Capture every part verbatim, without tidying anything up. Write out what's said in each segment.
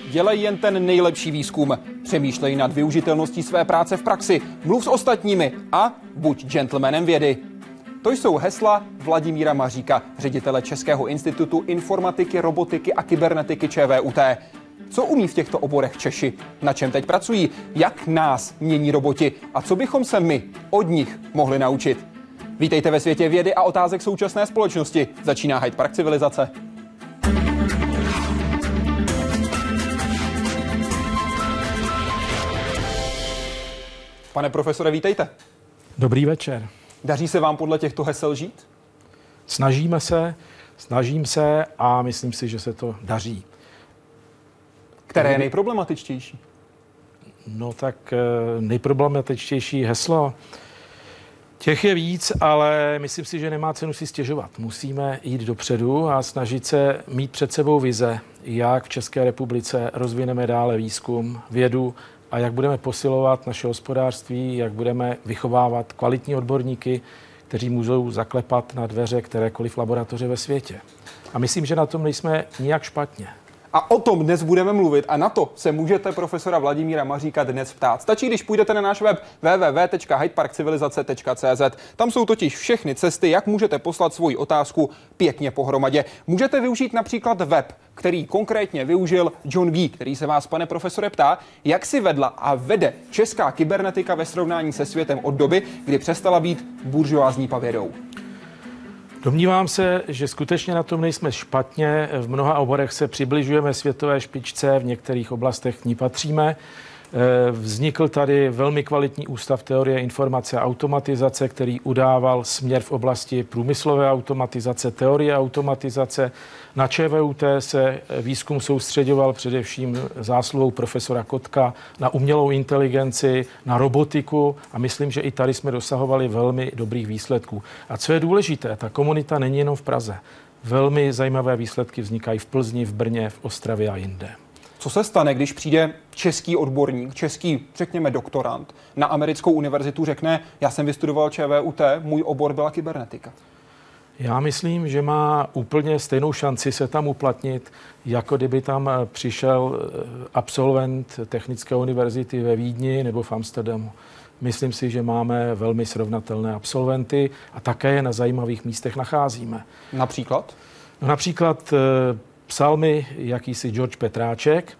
dělej jen ten nejlepší výzkum. Přemýšlej nad využitelností své práce v praxi, mluv s ostatními a buď gentlemanem vědy. To jsou hesla Vladimíra Maříka, ředitele Českého institutu informatiky, robotiky a kybernetiky ČVUT. Co umí v těchto oborech Češi? Na čem teď pracují? Jak nás mění roboti? A co bychom se my od nich mohli naučit? Vítejte ve světě vědy a otázek současné společnosti. Začíná Hyde Park civilizace. Pane profesore, vítejte. Dobrý večer. Daří se vám podle těchto hesel žít? Snažíme se, snažím se a myslím si, že se to daří. Které je nejproblematičtější? No tak nejproblematičtější heslo. Těch je víc, ale myslím si, že nemá cenu si stěžovat. Musíme jít dopředu a snažit se mít před sebou vize, jak v České republice rozvineme dále výzkum, vědu a jak budeme posilovat naše hospodářství, jak budeme vychovávat kvalitní odborníky, kteří můžou zaklepat na dveře kterékoliv laboratoře ve světě. A myslím, že na tom nejsme nijak špatně. A o tom dnes budeme mluvit a na to se můžete profesora Vladimíra Maříka dnes ptát. Stačí, když půjdete na náš web w w w tečka hyde park civilizace tečka c z. Tam jsou totiž všechny cesty, jak můžete poslat svoji otázku pěkně pohromadě. Můžete využít například web, který konkrétně využil John V., který se vás, pane profesore, ptá, jak si vedla a vede česká kybernetika ve srovnání se světem od doby, kdy přestala být buržoázní pavědou. Domnívám se, že skutečně na tom nejsme špatně. V mnoha oborech se přibližujeme světové špičce, v některých oblastech k ní patříme. Vznikl tady velmi kvalitní ústav teorie informace a automatizace, který udával směr v oblasti průmyslové automatizace, teorie automatizace. Na ČVUT se výzkum soustředoval především zásluhou profesora Kotka na umělou inteligenci, na robotiku a myslím, že i tady jsme dosahovali velmi dobrých výsledků. A co je důležité, ta komunita není jenom v Praze. Velmi zajímavé výsledky vznikají v Plzni, v Brně, v Ostravě a jinde. Co se stane, když přijde český odborník, český, řekněme, doktorant na americkou univerzitu, řekne, já jsem vystudoval ČVUT, můj obor byla kybernetika? Já myslím, že má úplně stejnou šanci se tam uplatnit, jako kdyby tam přišel absolvent Technické univerzity ve Vídni nebo v Amsterdamu. Myslím si, že máme velmi srovnatelné absolventy a také je na zajímavých místech nacházíme. Například? No, například psal mi jakýsi George Petráček,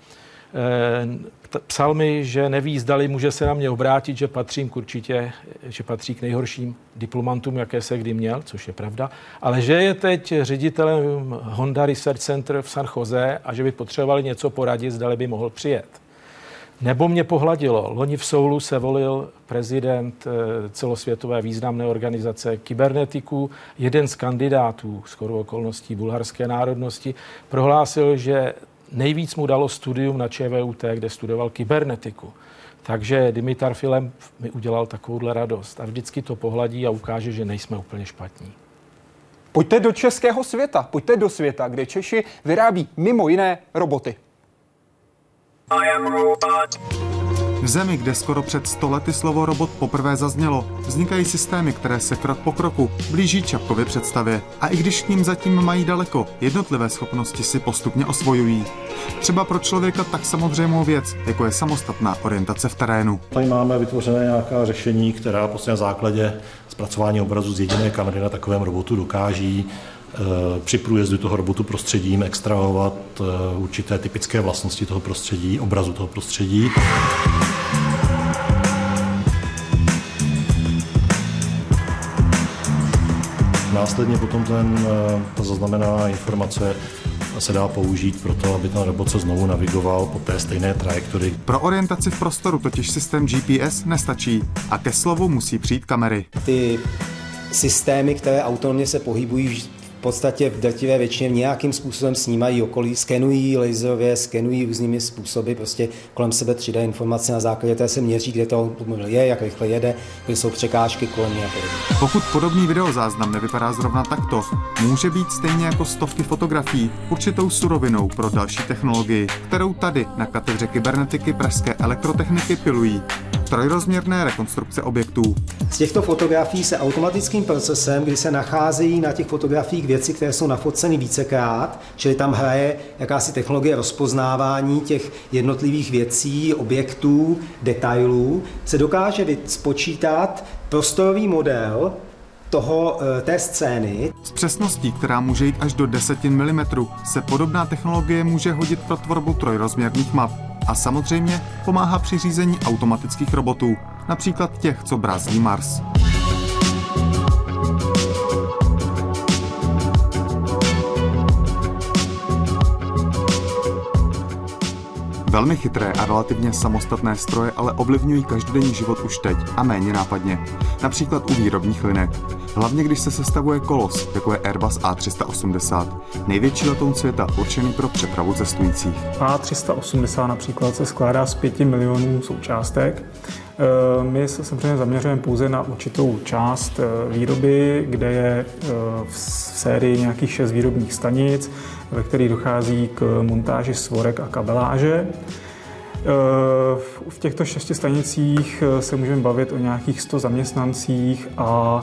psal mi, že neví, zdali může se na mě obrátit, že patřím k určitě, že patří k nejhorším diplomantům, jaké se kdy měl, což je pravda, ale že je teď ředitelem Honda Research Center v San Jose a že by potřebovali něco poradit, zdali by mohl přijet. Nebo mě pohladilo. Loni v Soulu se volil prezident celosvětové významné organizace kybernetiků. Jeden z kandidátů, shodou okolností bulharské národnosti, prohlásil, že nejvíc mu dalo studium na ČVUT, kde studoval kybernetiku. Takže Dimitar Filem mi udělal takovouhle radost. A vždycky to pohladí a ukáže, že nejsme úplně špatní. Pojďte do českého světa. Pojďte do světa, kde Češi vyrábí mimo jiné roboty. V zemi, kde skoro před sto lety slovo robot poprvé zaznělo, vznikají systémy, které se krok po kroku blíží Čapkově představě. A i když k ním zatím mají daleko, jednotlivé schopnosti si postupně osvojují. Třeba pro člověka tak samozřejmou věc, jako je samostatná orientace v terénu. Tady máme vytvořené nějaká řešení, která prostě na základě zpracování obrazu z jediné kamery na takovém robotu dokáží při průjezdu toho robotu prostředím extrahovat určité typické vlastnosti toho prostředí, obrazu toho prostředí. Následně potom ten, ta zaznamenaná informace se dá použít pro to, aby ten robot se znovu navigoval po té stejné trajektorii. Pro orientaci v prostoru totiž systém G P S nestačí a ke slovu musí přijít kamery. Ty systémy, které autonomně se pohybují, v podstatě v drtivé většině nějakým způsobem snímají okolí, skenují laserově, skenují různými způsoby, prostě kolem sebe tři dé informace, na základě té se měří, kde to automobil je, jak rychle jede, kde jsou překážky kolem něj a podobně. Pokud podobný videozáznam nevypadá zrovna takto, může být stejně jako stovky fotografií určitou surovinou pro další technologii, kterou tady na katedře kybernetiky Pražské elektrotechniky pilují. trojrozměrné rekonstrukce objektů. Z těchto fotografií se automatickým procesem, kdy se nacházejí na těch fotografiích věci, které jsou nafoceny vícekrát, čili tam hraje jakási technologie rozpoznávání těch jednotlivých věcí, objektů, detailů, se dokáže spočítat prostorový model toho, té scény. S přesností, která může jít až do desetin milimetrů, se podobná technologie může hodit pro tvorbu trojrozměrných map. A samozřejmě pomáhá při řízení automatických robotů, například těch, co brázdí Mars. Velmi chytré a relativně samostatné stroje ale ovlivňují každodenní život už teď a méně nápadně. Například u výrobních linek. Hlavně když se sestavuje kolos, jako je Airbus A tři sta osmdesát, největší letoun světa určený pro přepravu cestujících. A tři sta osmdesát například se skládá z pěti milionů součástek. My se samozřejmě zaměřujeme pouze na určitou část výroby, kde je v sérii nějakých šest výrobních stanic, ve kterých dochází k montáži svorek a kabeláže. V těchto šesti stanicích se můžeme bavit o nějakých sto zaměstnancích a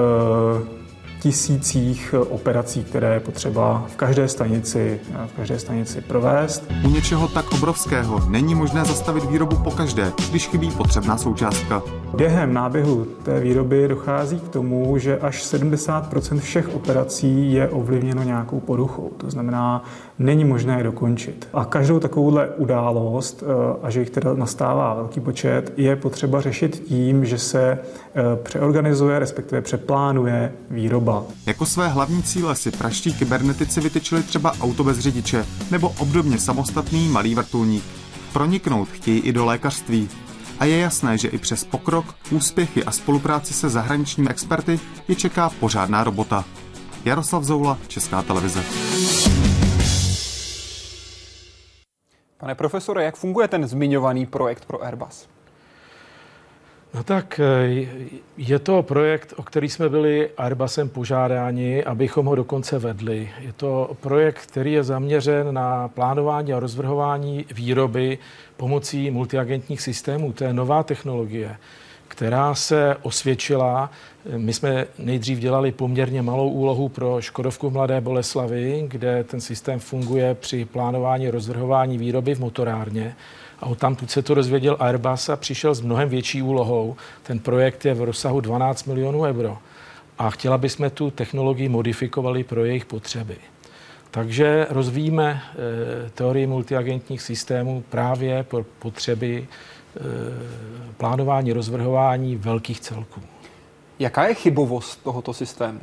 tisících operací, které je potřeba v každé stanici, v každé stanici provést. U něčeho tak obrovského není možné zastavit výrobu pokaždé, když chybí potřebná součástka. Během náběhu té výroby dochází k tomu, že až sedmdesát procent všech operací je ovlivněno nějakou poruchou. To znamená, není možné je dokončit. A každou takovouhle událost, a že jich teda nastává velký počet, je potřeba řešit tím, že se přeorganizuje, respektive přeplánuje výroba. Jako své hlavní cíle si praští kybernetici vytyčili třeba auto bez řidiče nebo obdobně samostatný malý vrtulník. Proniknout chtějí i do lékařství. A je jasné, že i přes pokrok, úspěchy a spolupráci se zahraničními experty je čeká pořádná robota. Jaroslav Zoula, Česká televize. Pane profesore, jak funguje ten zmiňovaný projekt pro Airbus? No tak je to projekt, o který jsme byli Airbusem požádáni, abychom ho dokonce vedli. Je to projekt, který je zaměřen na plánování a rozvrhování výroby pomocí multiagentních systémů. To je nová technologie, která se osvědčila. My jsme nejdřív dělali poměrně malou úlohu pro Škodovku v Mladé Boleslavi, kde ten systém funguje při plánování a rozvrhování výroby v motorárně. A odtamtud se to dozvěděl Airbus a přišel s mnohem větší úlohou. Ten projekt je v rozsahu dvanáct milionů euro. A chtěla bychom tu technologii modifikovali pro jejich potřeby. Takže rozvíjíme e, teorii multiagentních systémů právě pro potřeby e, plánování, rozvrhování velkých celků. Jaká je chybovost tohoto systému?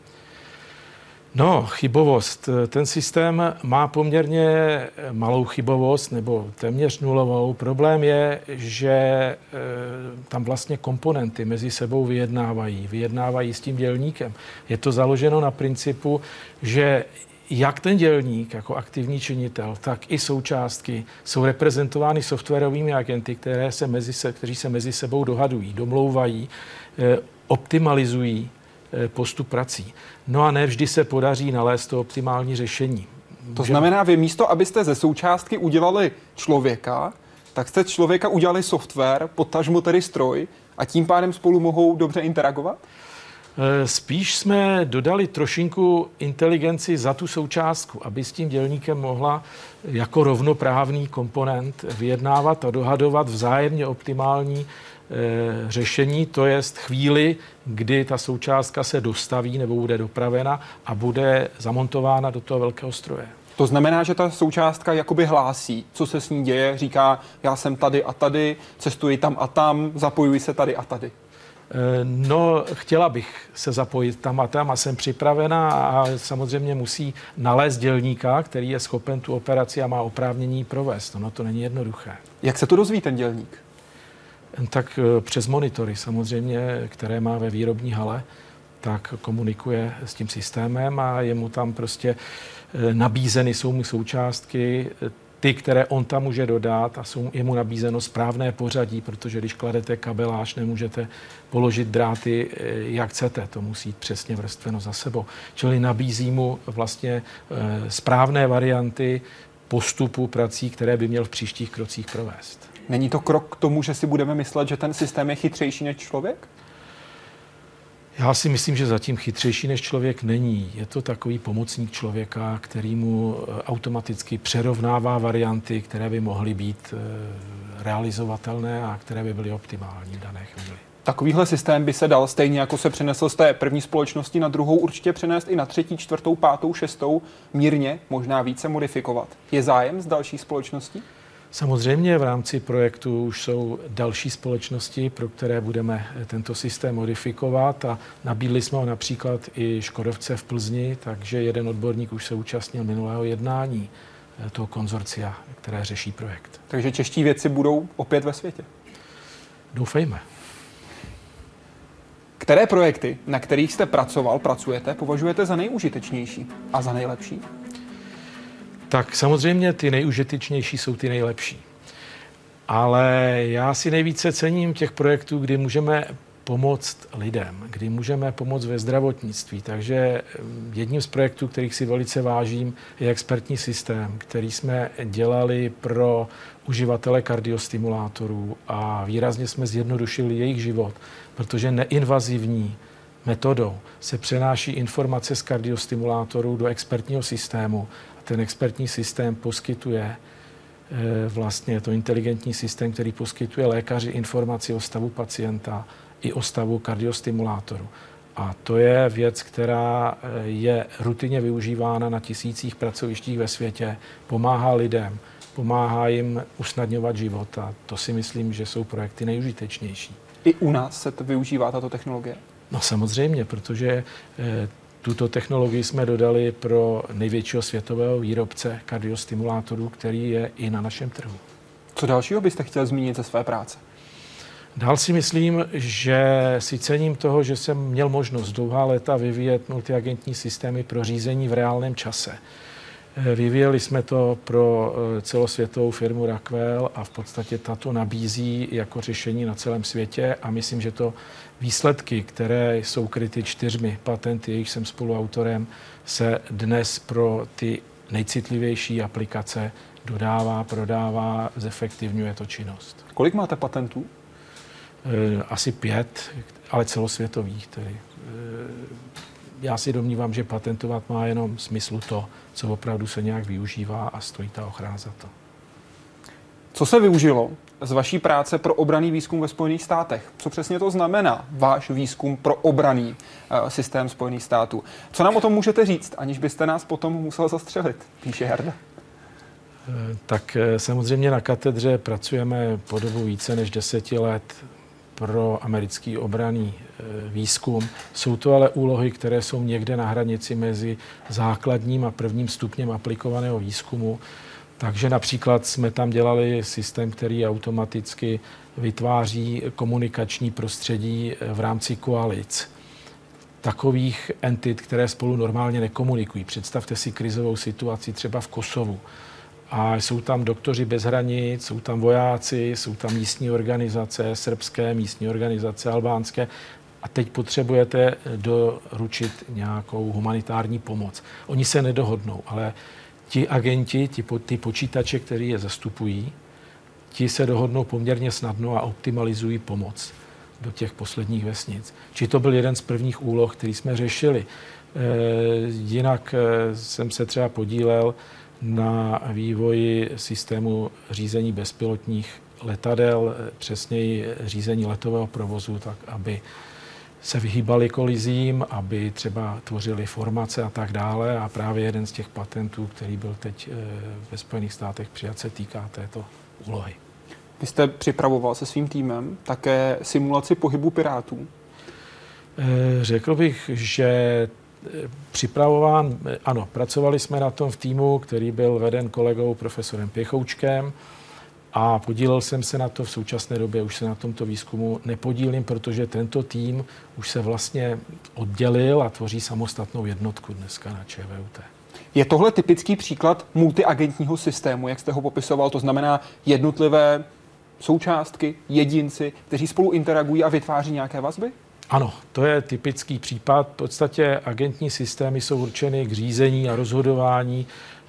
No, chybovost. Ten systém má poměrně malou chybovost, nebo téměř nulovou. Problém je, že e, tam vlastně komponenty mezi sebou vyjednávají. Vyjednávají s tím dělníkem. Je to založeno na principu, že jak ten dělník jako aktivní činitel, tak i součástky jsou reprezentovány softwarovými agenty, které se mezi se, kteří se mezi sebou dohadují, domlouvají, e, optimalizují postup prací. No a ne vždy se podaří nalézt to optimální řešení. To znamená, vy místo, abyste ze součástky udělali člověka, tak jste člověka udělali software, potažmo tedy stroj, a tím pádem spolu mohou dobře interagovat? Spíš jsme dodali trošinku inteligenci za tu součástku, aby s tím dělníkem mohla jako rovnoprávný komponent vyjednávat a dohadovat vzájemně optimální řešení, to je chvíli, kdy ta součástka se dostaví nebo bude dopravena a bude zamontována do toho velkého stroje. To znamená, že ta součástka jakoby hlásí, co se s ní děje, říká, já jsem tady a tady, cestuji tam a tam, zapojuji se tady a tady. No, chtěla bych se zapojit tam a tam a jsem připravena a samozřejmě musí nalézt dělníka, který je schopen tu operaci a má oprávnění provést. No, to není jednoduché. Jak se to dozví ten dělník? Tak přes monitory samozřejmě, které má ve výrobní hale, tak komunikuje s tím systémem a je mu tam prostě nabízeny, jsou mu součástky, ty, které on tam může dodat a jsou, je mu nabízeno správné pořadí, protože když kladete kabeláž, nemůžete položit dráty, jak chcete, to musí jít přesně vrstveno za sebou. Čili nabízí mu vlastně správné varianty postupu prací, které by měl v příštích krocích provést. Není to krok k tomu, že si budeme myslet, že ten systém je chytřejší než člověk? Já si myslím, že zatím chytřejší než člověk není. Je to takový pomocník člověka, který mu automaticky přerovnává varianty, které by mohly být realizovatelné a které by byly optimální v dané chvíli. Takovýhle systém by se dal, stejně jako se přenesl z té první společnosti na druhou, určitě přenést i na třetí, čtvrtou, pátou, šestou, mírně, možná více modifikovat. Je zájem z dalších společností? Samozřejmě v rámci projektu už jsou další společnosti, pro které budeme tento systém modifikovat a nabídli jsme ho například i Škodovce v Plzni, takže jeden odborník už se účastnil minulého jednání toho konzorcia, které řeší projekt. Takže čeští vědci budou opět ve světě? Doufejme. Které projekty, na kterých jste pracoval, pracujete, považujete za nejužitečnější a za nejlepší? Tak samozřejmě ty nejužitečnější jsou ty nejlepší. Ale já si nejvíce cením těch projektů, kdy můžeme pomoct lidem, kdy můžeme pomoct ve zdravotnictví. Takže jedním z projektů, kterých si velice vážím, je expertní systém, který jsme dělali pro uživatele kardiostimulátorů a výrazně jsme zjednodušili jejich život, protože neinvazivní metodou se přenáší informace z kardiostimulátorů do expertního systému. Ten expertní systém poskytuje, vlastně je to inteligentní systém, který poskytuje lékaři informaci o stavu pacienta i o stavu kardiostimulátoru. A to je věc, která je rutině využívána na tisících pracovištích ve světě, pomáhá lidem, pomáhá jim usnadňovat život a to si myslím, že jsou projekty nejužitečnější. I u nás se to využívá, tato technologie? No samozřejmě, protože tuto technologii jsme dodali pro největšího světového výrobce kardiostimulátorů, který je i na našem trhu. Co dalšího byste chtěl zmínit ze své práce? Dál si myslím, že si cením toho, že jsem měl možnost dlouhá léta vyvíjet multiagentní systémy pro řízení v reálném čase. Vyvíjeli jsme to pro celosvětovou firmu Rockwell a v podstatě tato nabízí jako řešení na celém světě a myslím, že to výsledky, které jsou kryty čtyřmi patenty, jejich jsem spoluautorem, se dnes pro ty nejcitlivější aplikace dodává, prodává, zefektivňuje to činnost. Kolik máte patentů? Asi pět, ale celosvětových tedy. Já si domnívám, že patentovat má jenom smyslu to, co opravdu se nějak využívá a stojí ta ochrana za to. Co se využilo z vaší práce pro obranný výzkum ve Spojených státech? Co přesně to znamená, váš výzkum pro obranný uh, systém Spojených států? Co nám o tom můžete říct, aniž byste nás potom musel zastřelit, píše Jarda? Tak samozřejmě na katedře pracujeme po dobu více než deseti let pro americký obranný výzkum. Jsou to ale úlohy, které jsou někde na hranici mezi základním a prvním stupněm aplikovaného výzkumu. Takže například jsme tam dělali systém, který automaticky vytváří komunikační prostředí v rámci koalic. Takových entit, které spolu normálně nekomunikují. Představte si krizovou situaci třeba v Kosovu. A jsou tam doktoři bez hranic, jsou tam vojáci, jsou tam místní organizace, srbské místní organizace, albánské. A teď potřebujete doručit nějakou humanitární pomoc. Oni se nedohodnou, ale ti agenti, ti, ty počítače, který je zastupují, ti se dohodnou poměrně snadno a optimalizují pomoc do těch posledních vesnic. Či to byl jeden z prvních úloh, který jsme řešili. E, jinak e, jsem se třeba podílel na vývoji systému řízení bezpilotních letadel, přesněji řízení letového provozu, tak aby se vyhýbali kolizím, aby třeba tvořili formace a tak dále. A právě jeden z těch patentů, který byl teď ve Spojených státech přijat, se týká této úlohy. Vy jste připravoval se svým týmem také simulaci pohybu pirátů? Řekl bych, že připravován, ano, pracovali jsme na tom v týmu, který byl veden kolegou profesorem Pěchoučkem a podílel jsem se na to. V současné době už se na tomto výzkumu nepodílím, protože tento tým už se vlastně oddělil a tvoří samostatnou jednotku dneska na ČVUT. Je tohle typický příklad multiagentního systému, jak jste ho popisoval, to znamená jednotlivé součástky, jedinci, kteří spolu interagují a vytváří nějaké vazby? Ano, to je typický případ. V podstatě agentní systémy jsou určeny k řízení a rozhodování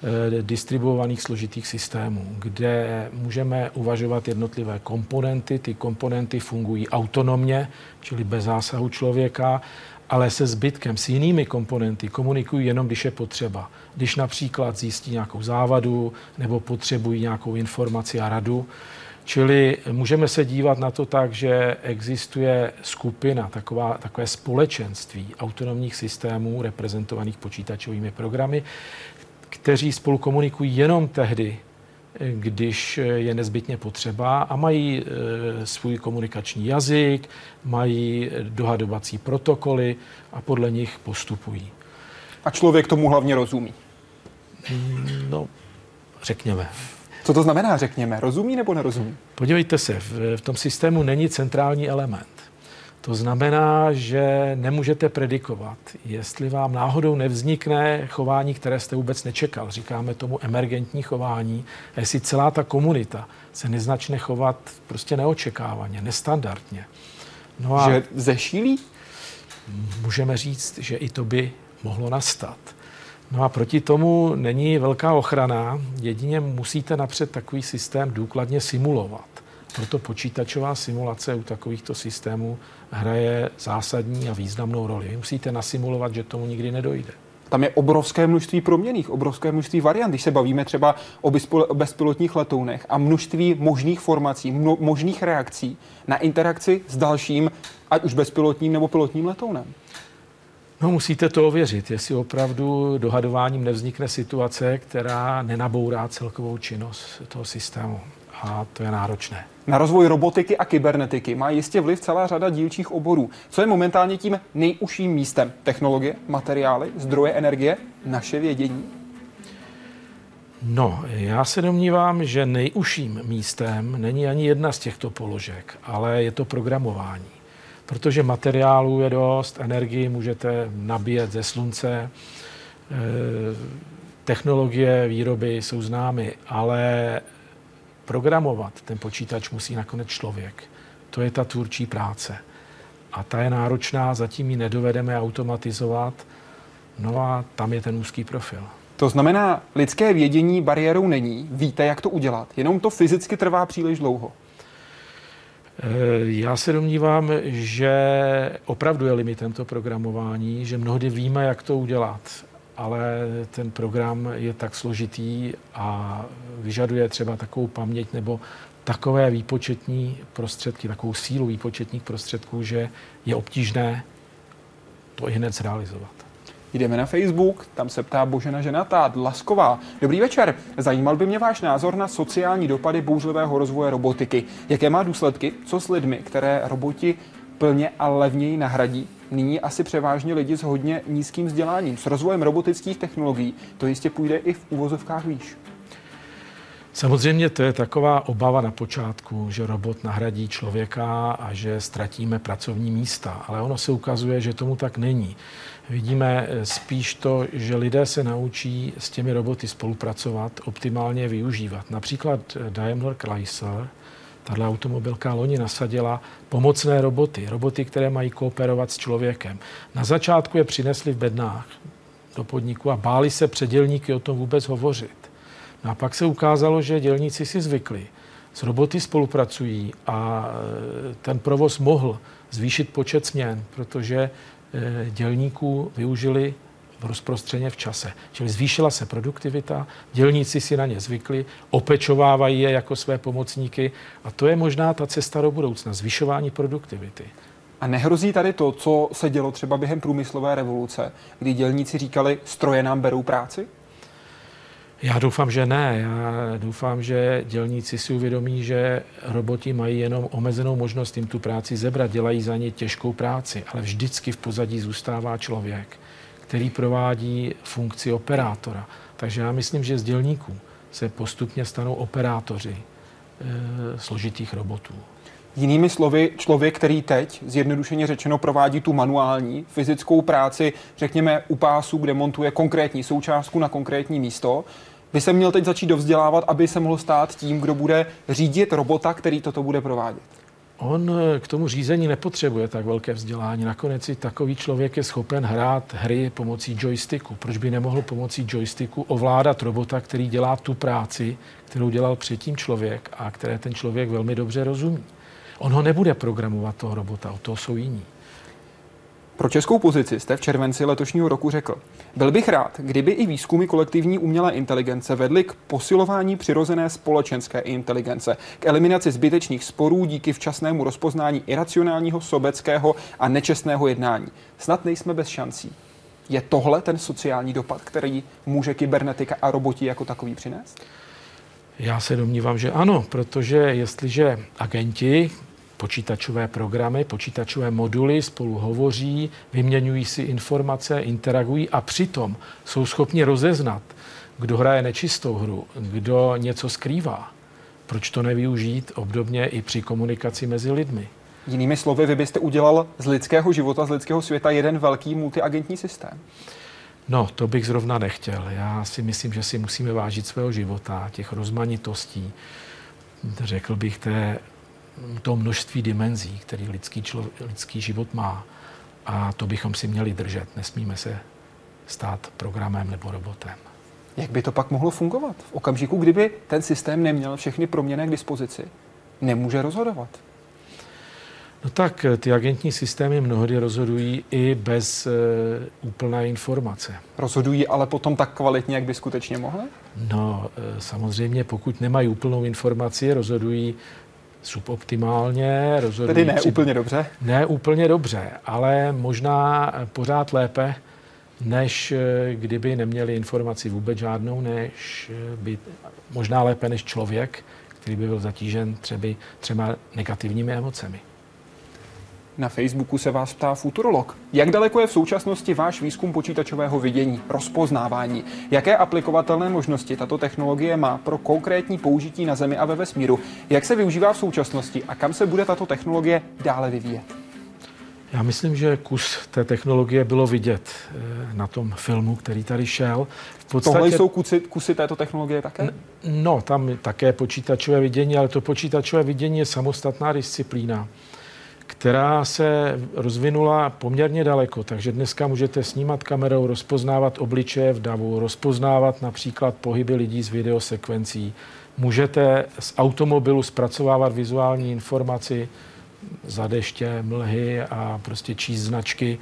distribuovaných složitých systémů, kde můžeme uvažovat jednotlivé komponenty. Ty komponenty fungují autonomně, čili bez zásahu člověka, ale se zbytkem, s jinými komponenty komunikují jenom, když je potřeba. Když například zjistí nějakou závadu nebo potřebují nějakou informaci a radu. Čili můžeme se dívat na to tak, že existuje skupina, taková, takové společenství autonomních systémů reprezentovaných počítačovými programy, kteří spolu komunikují jenom tehdy, když je nezbytně potřeba a mají e, svůj komunikační jazyk, mají dohadovací protokoly a podle nich postupují. A člověk tomu hlavně rozumí? No, řekněme. Co to znamená, řekněme? Rozumí nebo nerozumí? Podívejte se, v, v tom systému není centrální element. To znamená, že nemůžete predikovat, jestli vám náhodou nevznikne chování, které jste vůbec nečekal. Říkáme tomu emergentní chování. A jestli celá ta komunita se nezačne chovat prostě neočekávaně, nestandardně. No a že zešílí? Můžeme říct, že i to by mohlo nastat. No a proti tomu není velká ochrana. Jedině musíte napřed takový systém důkladně simulovat. Proto počítačová simulace u takovýchto systémů hraje zásadní a významnou roli. Vy musíte nasimulovat, že tomu nikdy nedojde. Tam je obrovské množství proměnných, obrovské množství variant. Když se bavíme třeba o bezpilotních letounech a množství možných formací, mno, možných reakcí na interakci s dalším, ať už bezpilotním nebo pilotním letounem. No, musíte to ověřit, jestli opravdu dohadováním nevznikne situace, která nenabourá celkovou činnost toho systému. A to je náročné. Na rozvoj robotiky a kybernetiky má jistě vliv celá řada dílčích oborů. Co je momentálně tím nejužším místem? Technologie, materiály, zdroje energie, naše vědění? No, já se domnívám, že nejužším místem není ani jedna z těchto položek, ale je to programování. Protože materiálů je dost, energii můžete nabíjet ze slunce, technologie výroby jsou známy, ale programovat ten počítač musí nakonec člověk. To je ta tvůrčí práce. A ta je náročná, zatím ji nedovedeme automatizovat, no a tam je ten úzký profil. To znamená, lidské vědění bariérou není, víte, jak to udělat, jenom to fyzicky trvá příliš dlouho. Já se domnívám, že opravdu je limitem to programování, že mnohdy víme, jak to udělat, ale ten program je tak složitý a vyžaduje třeba takovou paměť nebo takové výpočetní prostředky, takovou sílu výpočetních prostředků, že je obtížné to i hned zrealizovat. Jdeme na Facebook, tam se ptá Božena Ženatá Dlasková. Dobrý večer, zajímal by mě váš názor na sociální dopady bouřlivého rozvoje robotiky. Jaké má důsledky, co s lidmi, které roboti plně a levněji nahradí? Nyní asi převážně lidi s hodně nízkým vzděláním. S rozvojem robotických technologií to jistě půjde i v uvozovkách výš. Samozřejmě to je taková obava na počátku, že robot nahradí člověka a že ztratíme pracovní místa. Ale ono se ukazuje, že tomu tak není. Vidíme spíš to, že lidé se naučí s těmi roboty spolupracovat, optimálně využívat. Například Daimler Chrysler, tato automobilka loni nasadila pomocné roboty, roboty, které mají kooperovat s člověkem. Na začátku je přinesli v bednách do podniku a báli se před dělníky o tom vůbec hovořit. No a pak se ukázalo, že dělníci si zvykli, s roboty spolupracují a ten provoz mohl zvýšit počet směn, protože dělníků využili rozprostřeně v čase. Čili zvýšila se produktivita, dělníci si na ně zvykli, opečovávají je jako své pomocníky a to je možná ta cesta do budoucna, zvyšování produktivity. A nehrozí tady to, co se dělo třeba během průmyslové revoluce, kdy dělníci říkali, stroje nám berou práci? Já doufám, že ne. Já doufám, že dělníci si uvědomí, že roboti mají jenom omezenou možnost jim tu práci zebrat, dělají za ně těžkou práci, ale vždycky v pozadí zůstává člověk, který provádí funkci operátora. Takže já myslím, že z dělníků se postupně stanou operátoři e, složitých robotů. Jinými slovy, člověk, který teď, zjednodušeně řečeno, provádí tu manuální fyzickou práci, řekněme u pásu, kde montuje konkrétní součástku na konkrétní místo, by se měl teď začít dovzdělávat, aby se mohl stát tím, kdo bude řídit robota, který toto bude provádět. On k tomu řízení nepotřebuje tak velké vzdělání. Nakonec si takový člověk je schopen hrát hry pomocí joysticku. Proč by nemohl pomocí joysticku ovládat robota, který dělá tu práci, kterou dělal předtím člověk a které ten člověk velmi dobře rozumí. On ho nebude programovat, toho robota, od toho jsou jiní. Pro českou pozici jste v červenci letošního roku řekl: byl bych rád, kdyby i výzkumy kolektivní umělé inteligence vedly k posilování přirozené společenské inteligence, k eliminaci zbytečných sporů díky včasnému rozpoznání iracionálního, sobeckého a nečestného jednání. Snad nejsme bez šancí. Je tohle ten sociální dopad, který může kybernetika a roboti jako takový přinést? Já se domnívám, že ano, protože jestliže agenti, počítačové programy, počítačové moduly spolu hovoří, vyměňují si informace, interagují a přitom jsou schopni rozeznat, kdo hraje nečistou hru, kdo něco skrývá. Proč to nevyužít obdobně i při komunikaci mezi lidmi? Jinými slovy, vy byste udělal z lidského života, z lidského světa jeden velký multiagentní systém. No, to bych zrovna nechtěl. Já si myslím, že si musíme vážit svého života, těch rozmanitostí, řekl bych, té to množství dimenzí, který lidský, člo, lidský život má. A to bychom si měli držet. Nesmíme se stát programem nebo robotem. Jak by to pak mohlo fungovat? V okamžiku, kdyby ten systém neměl všechny proměnné k dispozici, nemůže rozhodovat. No tak ty agentní systémy mnohdy rozhodují i bez e, úplné informace. Rozhodují ale potom tak kvalitně, jak by skutečně mohly? No e, samozřejmě, pokud nemají úplnou informaci, rozhodují suboptimálně, rozhodují... Tedy ne při... úplně dobře? Ne úplně dobře, ale možná pořád lépe, než kdyby neměli informaci vůbec žádnou, než by, možná lépe než člověk, který by byl zatížen třeba, třeba negativními emocemi. Na Facebooku se vás ptá futurolog. Jak daleko je v současnosti váš výzkum počítačového vidění, rozpoznávání? Jaké aplikovatelné možnosti tato technologie má pro konkrétní použití na Zemi a ve vesmíru? Jak se využívá v současnosti a kam se bude tato technologie dále vyvíjet? Já myslím, že kus té technologie bylo vidět na tom filmu, který tady šel. V podstatě... Tohle jsou kusy, kusy této technologie také? No, tam také počítačové vidění, ale to počítačové vidění je samostatná disciplína, která se rozvinula poměrně daleko. Takže dneska můžete snímat kamerou, rozpoznávat obličeje v davu, rozpoznávat například pohyby lidí z videosekvencí. Můžete z automobilu zpracovávat vizuální informaci za deště, mlhy a prostě číst značky.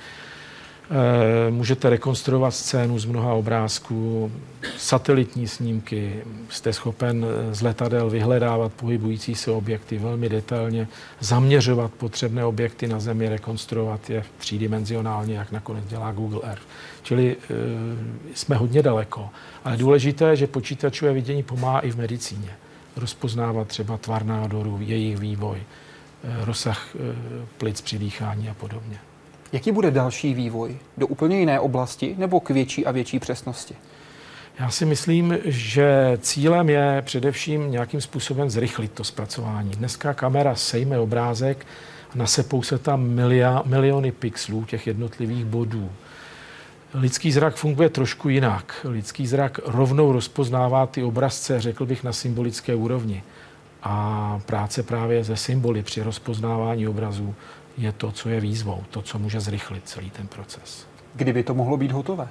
Můžete rekonstruovat scénu z mnoha obrázků, satelitní snímky, jste schopen z letadel vyhledávat pohybující se objekty velmi detailně, zaměřovat potřebné objekty na Zemi, rekonstruovat je třídimenzionálně, jak nakonec dělá Google Earth. Čili e, jsme hodně daleko. Ale důležité je, že počítačové vidění pomáhá i v medicíně. Rozpoznávat třeba tvar nádorů, jejich vývoj, e, rozsah e, plic při dýchání a podobně. Jaký bude další vývoj? Do úplně jiné oblasti nebo k větší a větší přesnosti? Já si myslím, že cílem je především nějakým způsobem zrychlit to zpracování. Dneska kamera sejme obrázek a nasepou se tam milia, miliony pixelů těch jednotlivých bodů. Lidský zrak funguje trošku jinak. Lidský zrak rovnou rozpoznává ty obrazce, řekl bych, na symbolické úrovni. A práce právě ze symboly při rozpoznávání obrazů je to, co je výzvou, to, co může zrychlit celý ten proces. Kdyby to mohlo být hotové?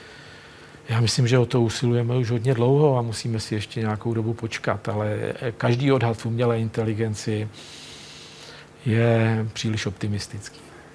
Já myslím, že o to usilujeme už hodně dlouho a musíme si ještě nějakou dobu počkat, ale každý odhad v umělé inteligenci je příliš optimistický.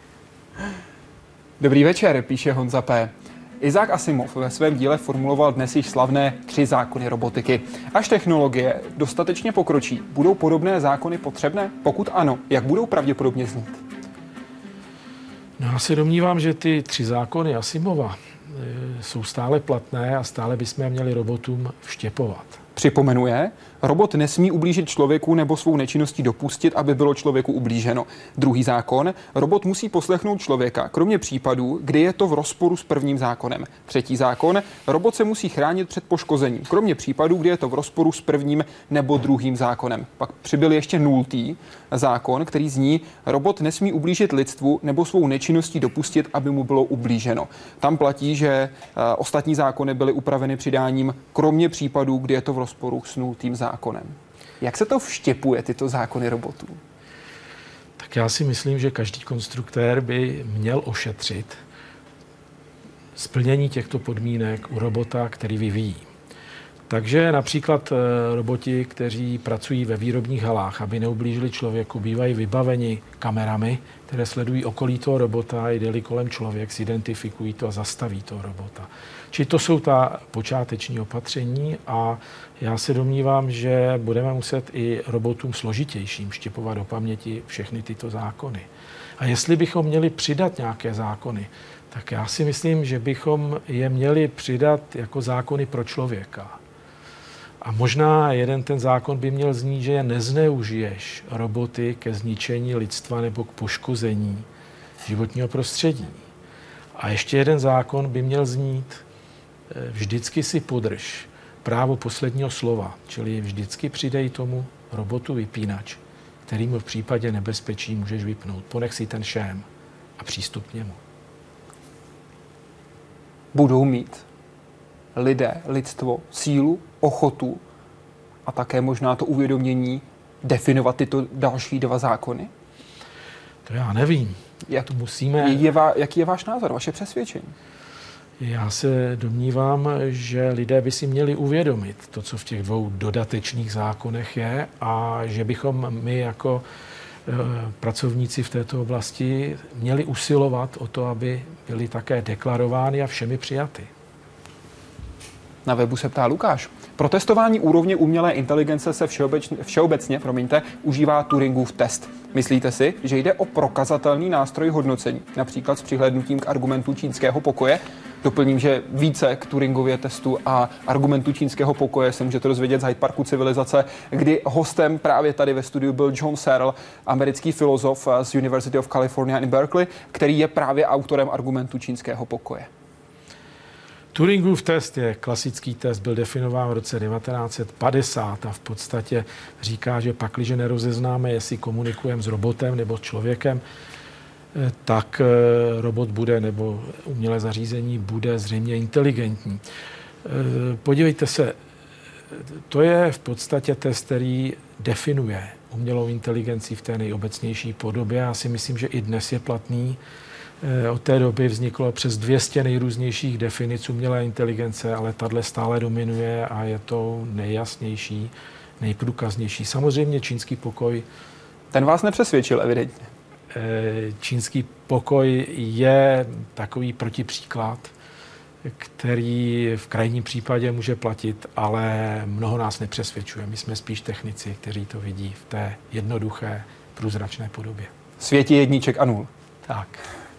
Dobrý večer, píše Honza P. Isaac Asimov ve svém díle formuloval dnes již slavné tři zákony robotiky. Až technologie dostatečně pokročí, budou podobné zákony potřebné? Pokud ano, jak budou pravděpodobně znít? No, já se domnívám, že ty tři zákony Asimova jsou stále platné a stále bychom je měli robotům vštěpovat. Připomenuje, robot nesmí ublížit člověku nebo svou nečinností dopustit, aby bylo člověku ublíženo. Druhý zákon, robot musí poslechnout člověka, kromě případů, kdy je to v rozporu s prvním zákonem. Třetí zákon, robot se musí chránit před poškozením, kromě případů, kdy je to v rozporu s prvním nebo druhým zákonem. Pak přibyl ještě nultý zákon, který zní, robot nesmí ublížit lidstvu nebo svou nečinností dopustit, aby mu bylo ublíženo. Tam platí, že ostatní zákony byly upraveny přidáním, kromě případů, kdy je to v rozporu s nultým zákonem. Jak se to vštěpuje, tyto zákony robotů? Tak já si myslím, že každý konstruktér by měl ošetřit splnění těchto podmínek u robota, který vyvíjí. Takže například roboti, kteří pracují ve výrobních halách, aby neublížili člověku, bývají vybaveni kamerami, které sledují okolí toho robota, jde-li kolem člověk, zidentifikují to a zastaví toho robota. Čili to jsou ta počáteční opatření a já se domnívám, že budeme muset i robotům složitějším štěpovat do paměti všechny tyto zákony. A jestli bychom měli přidat nějaké zákony, tak já si myslím, že bychom je měli přidat jako zákony pro člověka. A možná jeden ten zákon by měl znít, že nezneužiješ roboty ke zničení lidstva nebo k poškození životního prostředí. A ještě jeden zákon by měl znít, vždycky si podrž právo posledního slova, čili vždycky přidej tomu robotu vypínač, který mu v případě nebezpečí můžeš vypnout. Ponech si ten šém a přístup k němu. Budou mít lidé, lidstvo, sílu, ochotu a také možná to uvědomění definovat tyto další dva zákony? To já nevím. Jak, to musíme... je, jaký je váš názor, vaše přesvědčení? Já se domnívám, že lidé by si měli uvědomit to, co v těch dvou dodatečných zákonech je a že bychom my jako e, pracovníci v této oblasti měli usilovat o to, aby byly také deklarovány a všemi přijaty. Na webu se ptá Lukáš. Pro testování úrovně umělé inteligence se všeobecně, všeobecně promiňte, užívá Turingův test. Myslíte si, že jde o prokazatelný nástroj hodnocení, například s přihlédnutím k argumentu čínského pokoje? Doplním, že více k Turingově testu a argumentu čínského pokoje se můžete dozvědět z Hyde Parku civilizace, kdy hostem právě tady ve studiu byl John Searle, americký filozof z University of California in Berkeley, který je právě autorem argumentu čínského pokoje. Turingův test je klasický test, byl definován v roce devatenáct set padesát a v podstatě říká, že pakliže nerozeznáme, jestli komunikujeme s robotem nebo s člověkem, tak robot bude, nebo umělé zařízení bude zřejmě inteligentní. Podívejte se, to je v podstatě test, který definuje umělou inteligenci v té nejobecnější podobě. Já si myslím, že i dnes je platný. Od té doby vzniklo přes dvě stě nejrůznějších definic umělé inteligence, ale tahle stále dominuje a je to nejjasnější, nejprůkaznější. Samozřejmě čínský pokoj... Ten vás nepřesvědčil, evidentně. Čínský pokoj je takový protipříklad, který v krajním případě může platit, ale mnoho nás nepřesvědčuje. My jsme spíš technici, kteří to vidí v té jednoduché, průzračné podobě. Světí jedniček a nul. Tak.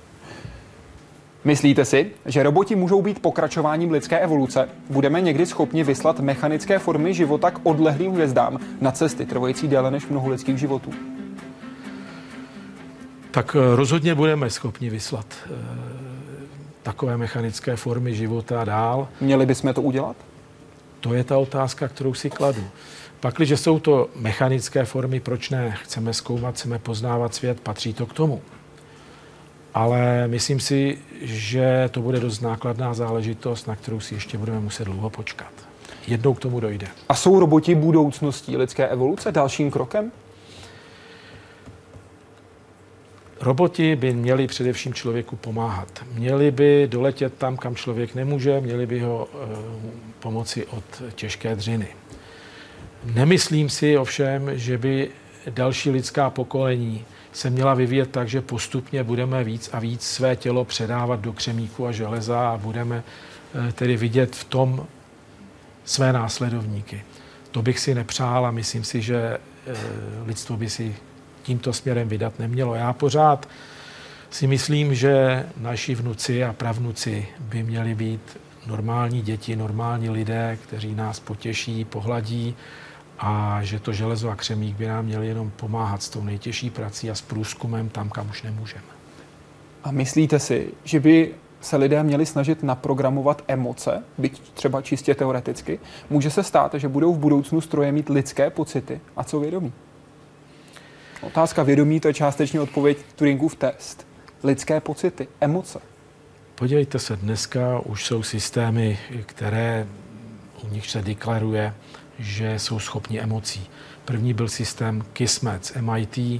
Myslíte si, že roboti můžou být pokračováním lidské evoluce? Budeme někdy schopni vyslat mechanické formy života k odlehlým hvězdám na cesty trvající déle než mnoho lidských životů? Tak rozhodně budeme schopni vyslat e, takové mechanické formy života dál. Měli bychom to udělat? To je ta otázka, kterou si kladu. Pakliže jsou to mechanické formy, proč ne? Chceme zkoumat, chceme poznávat svět, patří to k tomu. Ale myslím si, že to bude dost nákladná záležitost, na kterou si ještě budeme muset dlouho počkat. Jednou k tomu dojde. A jsou roboti budoucností lidské evoluce dalším krokem? Roboti by měli především člověku pomáhat. Měli by doletět tam, kam člověk nemůže, měli by ho e, pomoci od těžké dřiny. Nemyslím si ovšem, že by další lidská pokolení se měla vyvíjet tak, že postupně budeme víc a víc své tělo předávat do křemíku a železa a budeme e, tedy vidět v tom své následovníky. To bych si nepřál a myslím si, že e, lidstvo by si tímto směrem vydat nemělo. Já pořád si myslím, že naši vnuci a pravnuci by měli být normální děti, normální lidé, kteří nás potěší, pohladí a že to železo a křemík by nám měli jenom pomáhat s tou nejtěžší prací a s průzkumem tam, kam už nemůžeme. A myslíte si, že by se lidé měli snažit naprogramovat emoce, byť třeba čistě teoreticky? Může se stát, že budou v budoucnu stroje mít lidské pocity a co vědomí? Otázka vědomí, to je částečně odpověď Turingův test. Lidské pocity, emoce. Podívejte se, dneska už jsou systémy, které u nich se deklaruje, že jsou schopni emocí. První byl systém Kismet z M I T,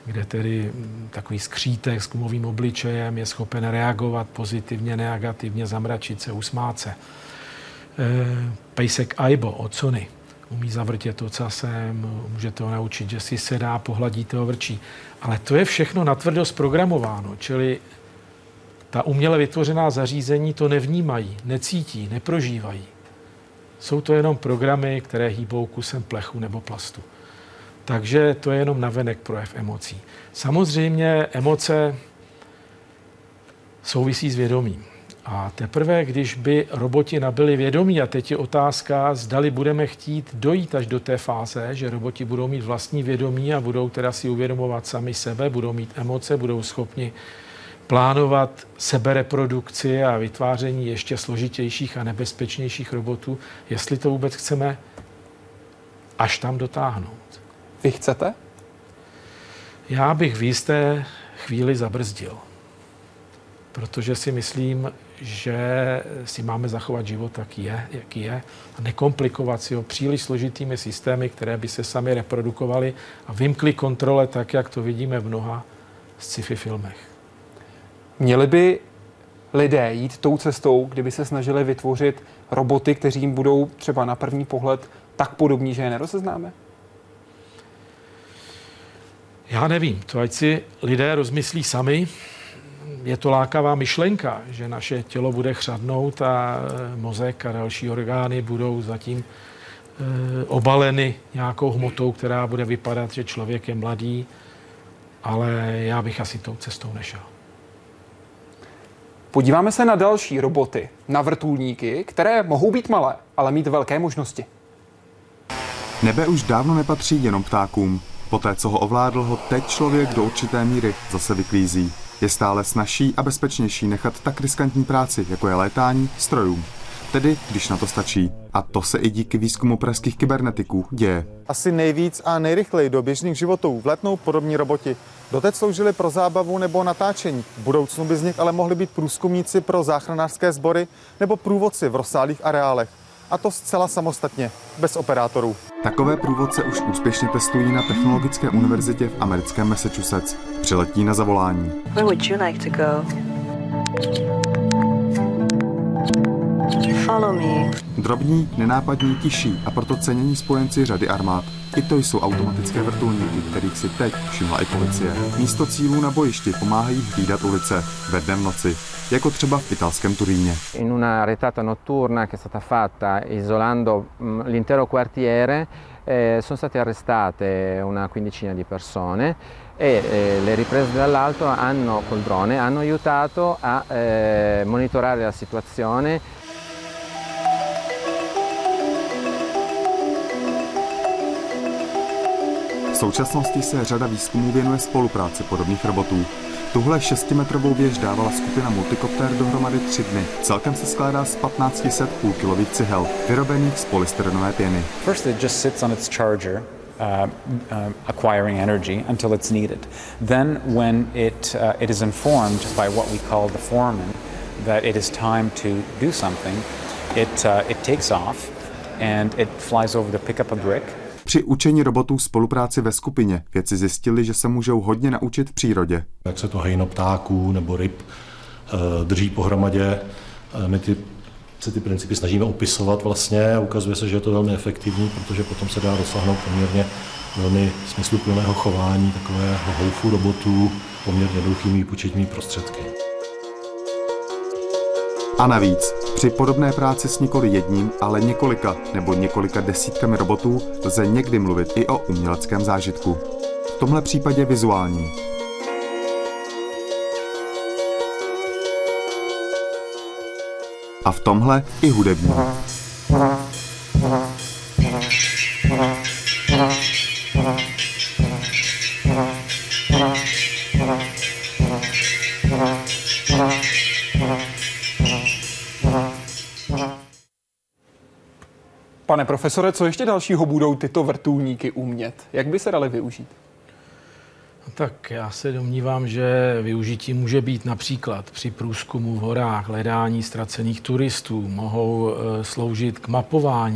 kde tedy takový skřítek s gumovým obličejem je schopen reagovat pozitivně, negativně, zamračit se, usmát se. Pejsek Aibo od Sony umí zavrtět ocasem, můžete ho naučit, že si sedá, pohladíte ho, vrčí. Ale to je všechno natvrdo zprogramováno, čili ta uměle vytvořená zařízení to nevnímají, necítí, neprožívají. Jsou to jenom programy, které hýbou kusem plechu nebo plastu. Takže to je jenom navenek projev emocí. Samozřejmě emoce souvisí s vědomím. A teprve, když by roboti nabyli vědomí, a teď je otázka, zdali budeme chtít dojít až do té fáze, že roboti budou mít vlastní vědomí a budou teda si uvědomovat sami sebe, budou mít emoce, budou schopni plánovat sebereprodukci a vytváření ještě složitějších a nebezpečnějších robotů, jestli to vůbec chceme až tam dotáhnout. Vy chcete? Já bych v jisté chvíli zabrzdil, protože si myslím, že si máme zachovat život tak je, jaký je, a nekomplikovat si ho příliš složitými systémy, které by se sami reprodukovaly a vymkly kontrole tak, jak to vidíme v mnoha sci-fi filmech. Měli by lidé jít tou cestou, kdyby se snažili vytvořit roboty, kteří jim budou třeba na první pohled tak podobní, že je nerozeznáme? Já nevím, to ať si lidé rozmyslí sami. Je to lákavá myšlenka, že naše tělo bude chřadnout a mozek a další orgány budou zatím e, obaleny nějakou hmotou, která bude vypadat, že člověk je mladý, ale já bych asi tou cestou nešel. Podíváme se na další roboty, na vrtulníky, které mohou být malé, ale mít velké možnosti. Nebe už dávno nepatří jenom ptákům. Poté, co ho ovládl, ho teď člověk do určité míry zase vyklízí. Je stále snazší a bezpečnější nechat tak riskantní práci, jako je létání, strojům. Tedy, když na to stačí. A to se i díky výzkumu pražských kybernetiků děje. Asi nejvíc a nejrychleji do běžných životů vletnou podobní roboti. Doteď sloužili pro zábavu nebo natáčení. V budoucnu by z nich ale mohli být průzkumníci pro záchranářské sbory nebo průvodci v rozsáhlých areálech. A to zcela samostatně, bez operátorů. Takové průvodce už úspěšně testují na Technologické univerzitě v americkém Massachusetts. Přiletí na zavolání. Where would you like to go? Follow me. Drobní, nenápadní, tiší a proto cenění spojenci řady armád. I to jsou automatické vrtulníky, kterých si teď všimla i policie. Místo cílů na bojišti pomáhají hlídat ulice ve dnem noci, jako třeba v italském Turíně. In una retata notturna che è stata fatta isolando l'intero quartiere eh, sono state arrestate una quindicina di persone e eh, le riprese dall'alto hanno col drone hanno aiutato a eh, monitorare la situazione. V současnosti se řada výzkumů věnuje spolupráci podobných robotů. Tuhle šestimetrovou věž dávala skupina Multicopter dohromady tři dny. Celkem se skládá z patnáct set půlkilových cihel, vyrobených z polystyrenové pěny. First it just sits on its charger, uh, uh, acquiring energy until it's needed. Then when it, uh, it is informed by what we call the foreman that it is time to do something, it, uh, it takes off and it flies over to pick up a brick. Při učení robotů spolupráci ve skupině vědci zjistili, že se můžou hodně naučit v přírodě. Jak se to hejno ptáků nebo ryb drží pohromadě, my ty, se ty principy snažíme opisovat vlastně a ukazuje se, že je to velmi efektivní, protože potom se dá dosáhnout poměrně velmi smysluplného chování takového houfu robotů poměrně jednoduchými výpočetními prostředky. A navíc, při podobné práci s nikoli jedním, ale několika nebo několika desítkami robotů lze někdy mluvit i o uměleckém zážitku. V tomhle případě vizuálním. A v tomhle i hudebním. Pane profesore, co ještě dalšího budou tyto vrtulníky umět? Jak by se daly využít? Tak já se domnívám, že využití může být například při průzkumu v horách, hledání ztracených turistů, mohou sloužit k mapování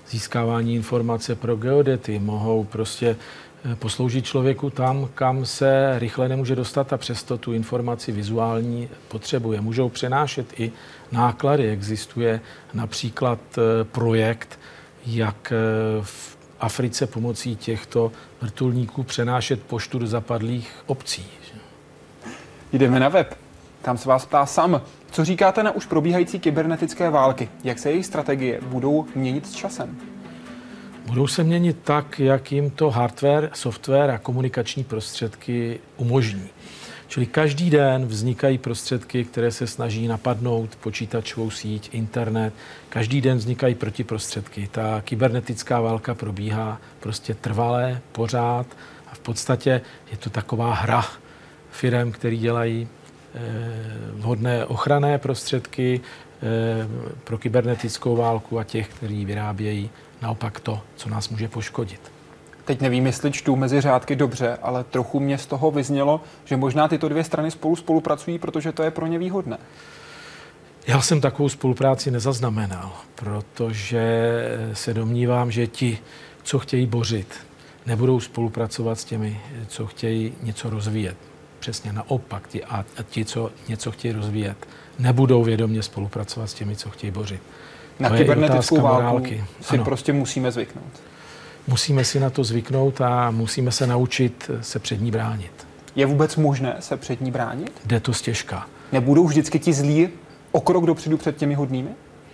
získávání informace pro geodety, mohou prostě posloužit člověku tam, kam se rychle nemůže dostat a přesto tu informaci vizuální potřebuje. Můžou přenášet i náklady. Existuje například projekt, jak v Africe pomocí těchto vrtulníků přenášet poštu do zapadlých obcí. Jdeme na web. Tam se vás ptá Sam. Co říkáte na už probíhající kybernetické války? Jak se jejich strategie budou měnit s časem? Budou se měnit tak, jak jim to hardware, software a komunikační prostředky umožní. Čili každý den vznikají prostředky, které se snaží napadnout počítačovou síť, internet. Každý den vznikají protiprostředky. Ta kybernetická válka probíhá prostě trvalé, pořád a v podstatě je to taková hra firem, který dělají eh, vhodné ochranné prostředky eh, pro kybernetickou válku a těch, kteří vyrábějí naopak to, co nás může poškodit. Teď nevím, jestli čtu mezi řádky dobře, ale trochu mě z toho vyznělo, že možná tyto dvě strany spolu spolupracují, protože to je pro ně výhodné. Já jsem takovou spolupráci nezaznamenal, protože se domnívám, že ti, co chtějí bořit, nebudou spolupracovat s těmi, co chtějí něco rozvíjet. Přesně naopak, ti, a ti, co něco chtějí rozvíjet, nebudou vědomě spolupracovat s těmi, co chtějí bořit. Na to kybernetickou válku morálky. si ano. prostě musíme zvyknout. Musíme si na to zvyknout a musíme se naučit se před ní bránit. Je vůbec možné se před ní bránit? Jde to stěžka. Nebudou vždycky ti zlí o krok dopředu před těmi hodnými?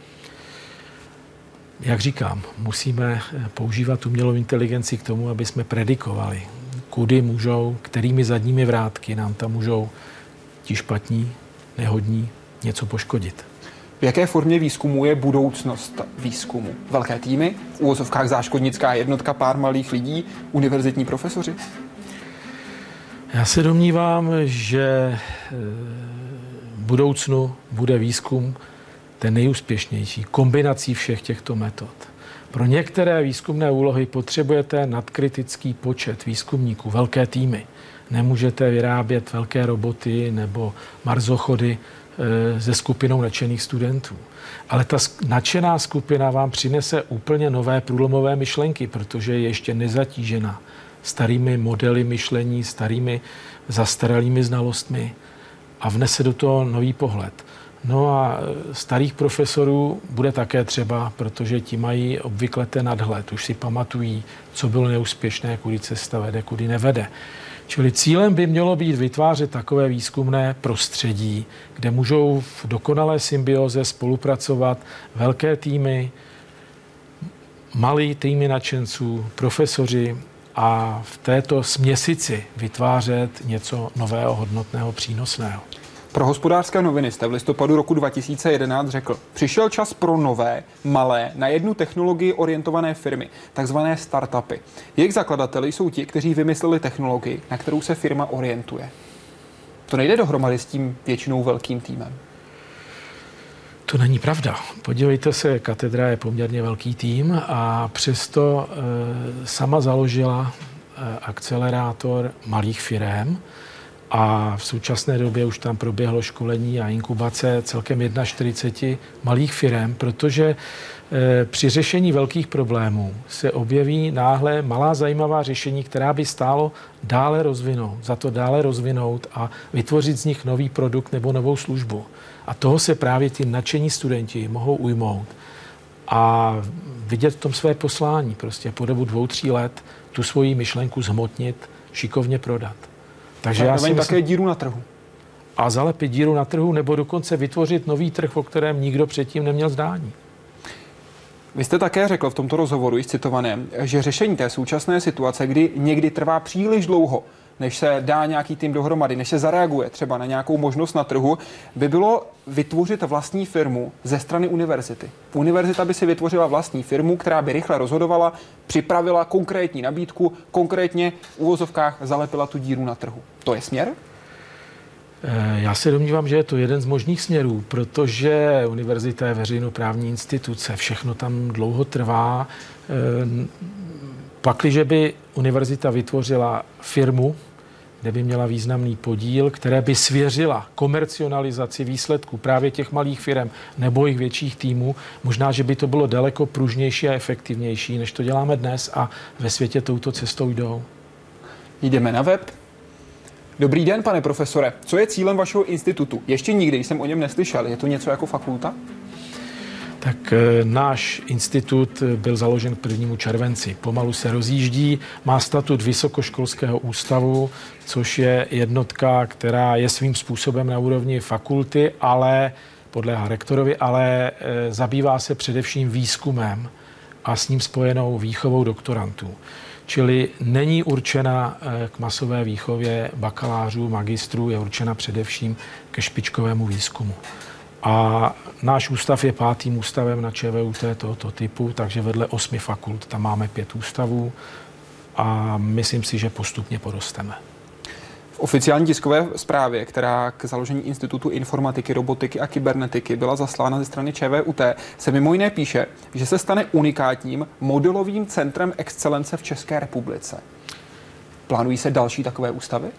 Jak říkám, musíme používat umělou inteligenci k tomu, aby jsme predikovali, kudy můžou, kterými zadními vrátky nám tam můžou ti špatní, nehodní něco poškodit. V jaké formě výzkumu je budoucnost výzkumu? Velké týmy, v úvozovkách záškodnická jednotka, pár malých lidí, univerzitní profesoři? Já se domnívám, že v budoucnu bude výzkum ten nejúspěšnější, kombinací všech těchto metod. Pro některé výzkumné úlohy potřebujete nadkritický počet výzkumníků, velké týmy. Nemůžete vyrábět velké roboty nebo marsochody se skupinou nadšených studentů. Ale ta nadšená skupina vám přinese úplně nové průlomové myšlenky, protože je ještě nezatížena starými modely myšlení, starými zastaralými znalostmi a vnese do toho nový pohled. No a starých profesorů bude také třeba, protože ti mají obvykle ten nadhled. Už si pamatují, co bylo neúspěšné, kudy cesta vede, kudy nevede. Čili cílem by mělo být vytvářet takové výzkumné prostředí, kde můžou v dokonalé symbioze spolupracovat velké týmy, malý týmy nadšenců, profesoři a v této směsici vytvářet něco nového, hodnotného, přínosného. Pro Hospodářské noviny jste v listopadu roku dva tisíce jedenáct řekl, přišel čas pro nové, malé, na jednu technologii orientované firmy, takzvané startupy. Jejich zakladateli jsou ti, kteří vymysleli technologii, na kterou se firma orientuje. To nejde dohromady s tím většinou velkým týmem. To není pravda. Podívejte se, Katedra je poměrně velký tým a přesto e, sama založila e, akcelerátor malých firem. A v současné době už tam proběhlo školení a inkubace celkem čtyřicet jedna malých firem, protože e, při řešení velkých problémů se objeví náhle malá zajímavá řešení, která by stálo dále rozvinout, za to dále rozvinout a vytvořit z nich nový produkt nebo novou službu. A toho se právě ti nadšení studenti mohou ujmout a vidět v tom své poslání, prostě po dobu dvou, tří let tu svoji myšlenku zhmotnit, šikovně prodat. Takže já si myslím, také díru na trhu. A zalepit díru na trhu, nebo dokonce vytvořit nový trh, o kterém nikdo předtím neměl zdání. Vy jste také řekl v tomto rozhovoru, již citovaném, že řešení té současné situace, kdy někdy trvá příliš dlouho, než se dá nějaký tým dohromady, než se zareaguje třeba na nějakou možnost na trhu, by bylo vytvořit vlastní firmu ze strany univerzity. Univerzita by si vytvořila vlastní firmu, která by rychle rozhodovala, připravila konkrétní nabídku, konkrétně v uvozovkách zalepila tu díru na trhu. To je směr? Já se domnívám, že je to jeden z možných směrů, protože univerzita je veřejnoprávní instituce, všechno tam dlouho trvá. Pakliže by univerzita vytvořila firmu kde by měla významný podíl, které by svěřila komercionalizaci výsledků právě těch malých firm nebo jejich větších týmů. Možná, že by to bylo daleko pružnější a efektivnější, než to děláme dnes a ve světě touto cestou jdou. Jdeme na web. Dobrý den, pane profesore. Co je cílem vašeho institutu? Ještě nikdy jsem o něm neslyšel. Je to něco jako fakulta? Tak náš institut byl založen k prvnímu červenci. Pomalu se rozjíždí, má statut vysokoškolského ústavu, což je jednotka, která je svým způsobem na úrovni fakulty, ale podléhá rektorovi, ale zabývá se především výzkumem a s ním spojenou výchovou doktorantů. Čili není určena k masové výchově bakalářů, magistrů, je určena především ke špičkovému výzkumu. A náš ústav je pátým ústavem na ČVUT tohoto typu, takže vedle osmi fakult tam máme pět ústavů a myslím si, že postupně porosteme. V oficiální tiskové zprávě, která k založení Institutu informatiky, robotiky a kybernetiky byla zaslána ze strany ČVUT, se mimo jiné píše, že se stane unikátním modelovým centrem excelence v České republice. Plánují se další takové ústavy?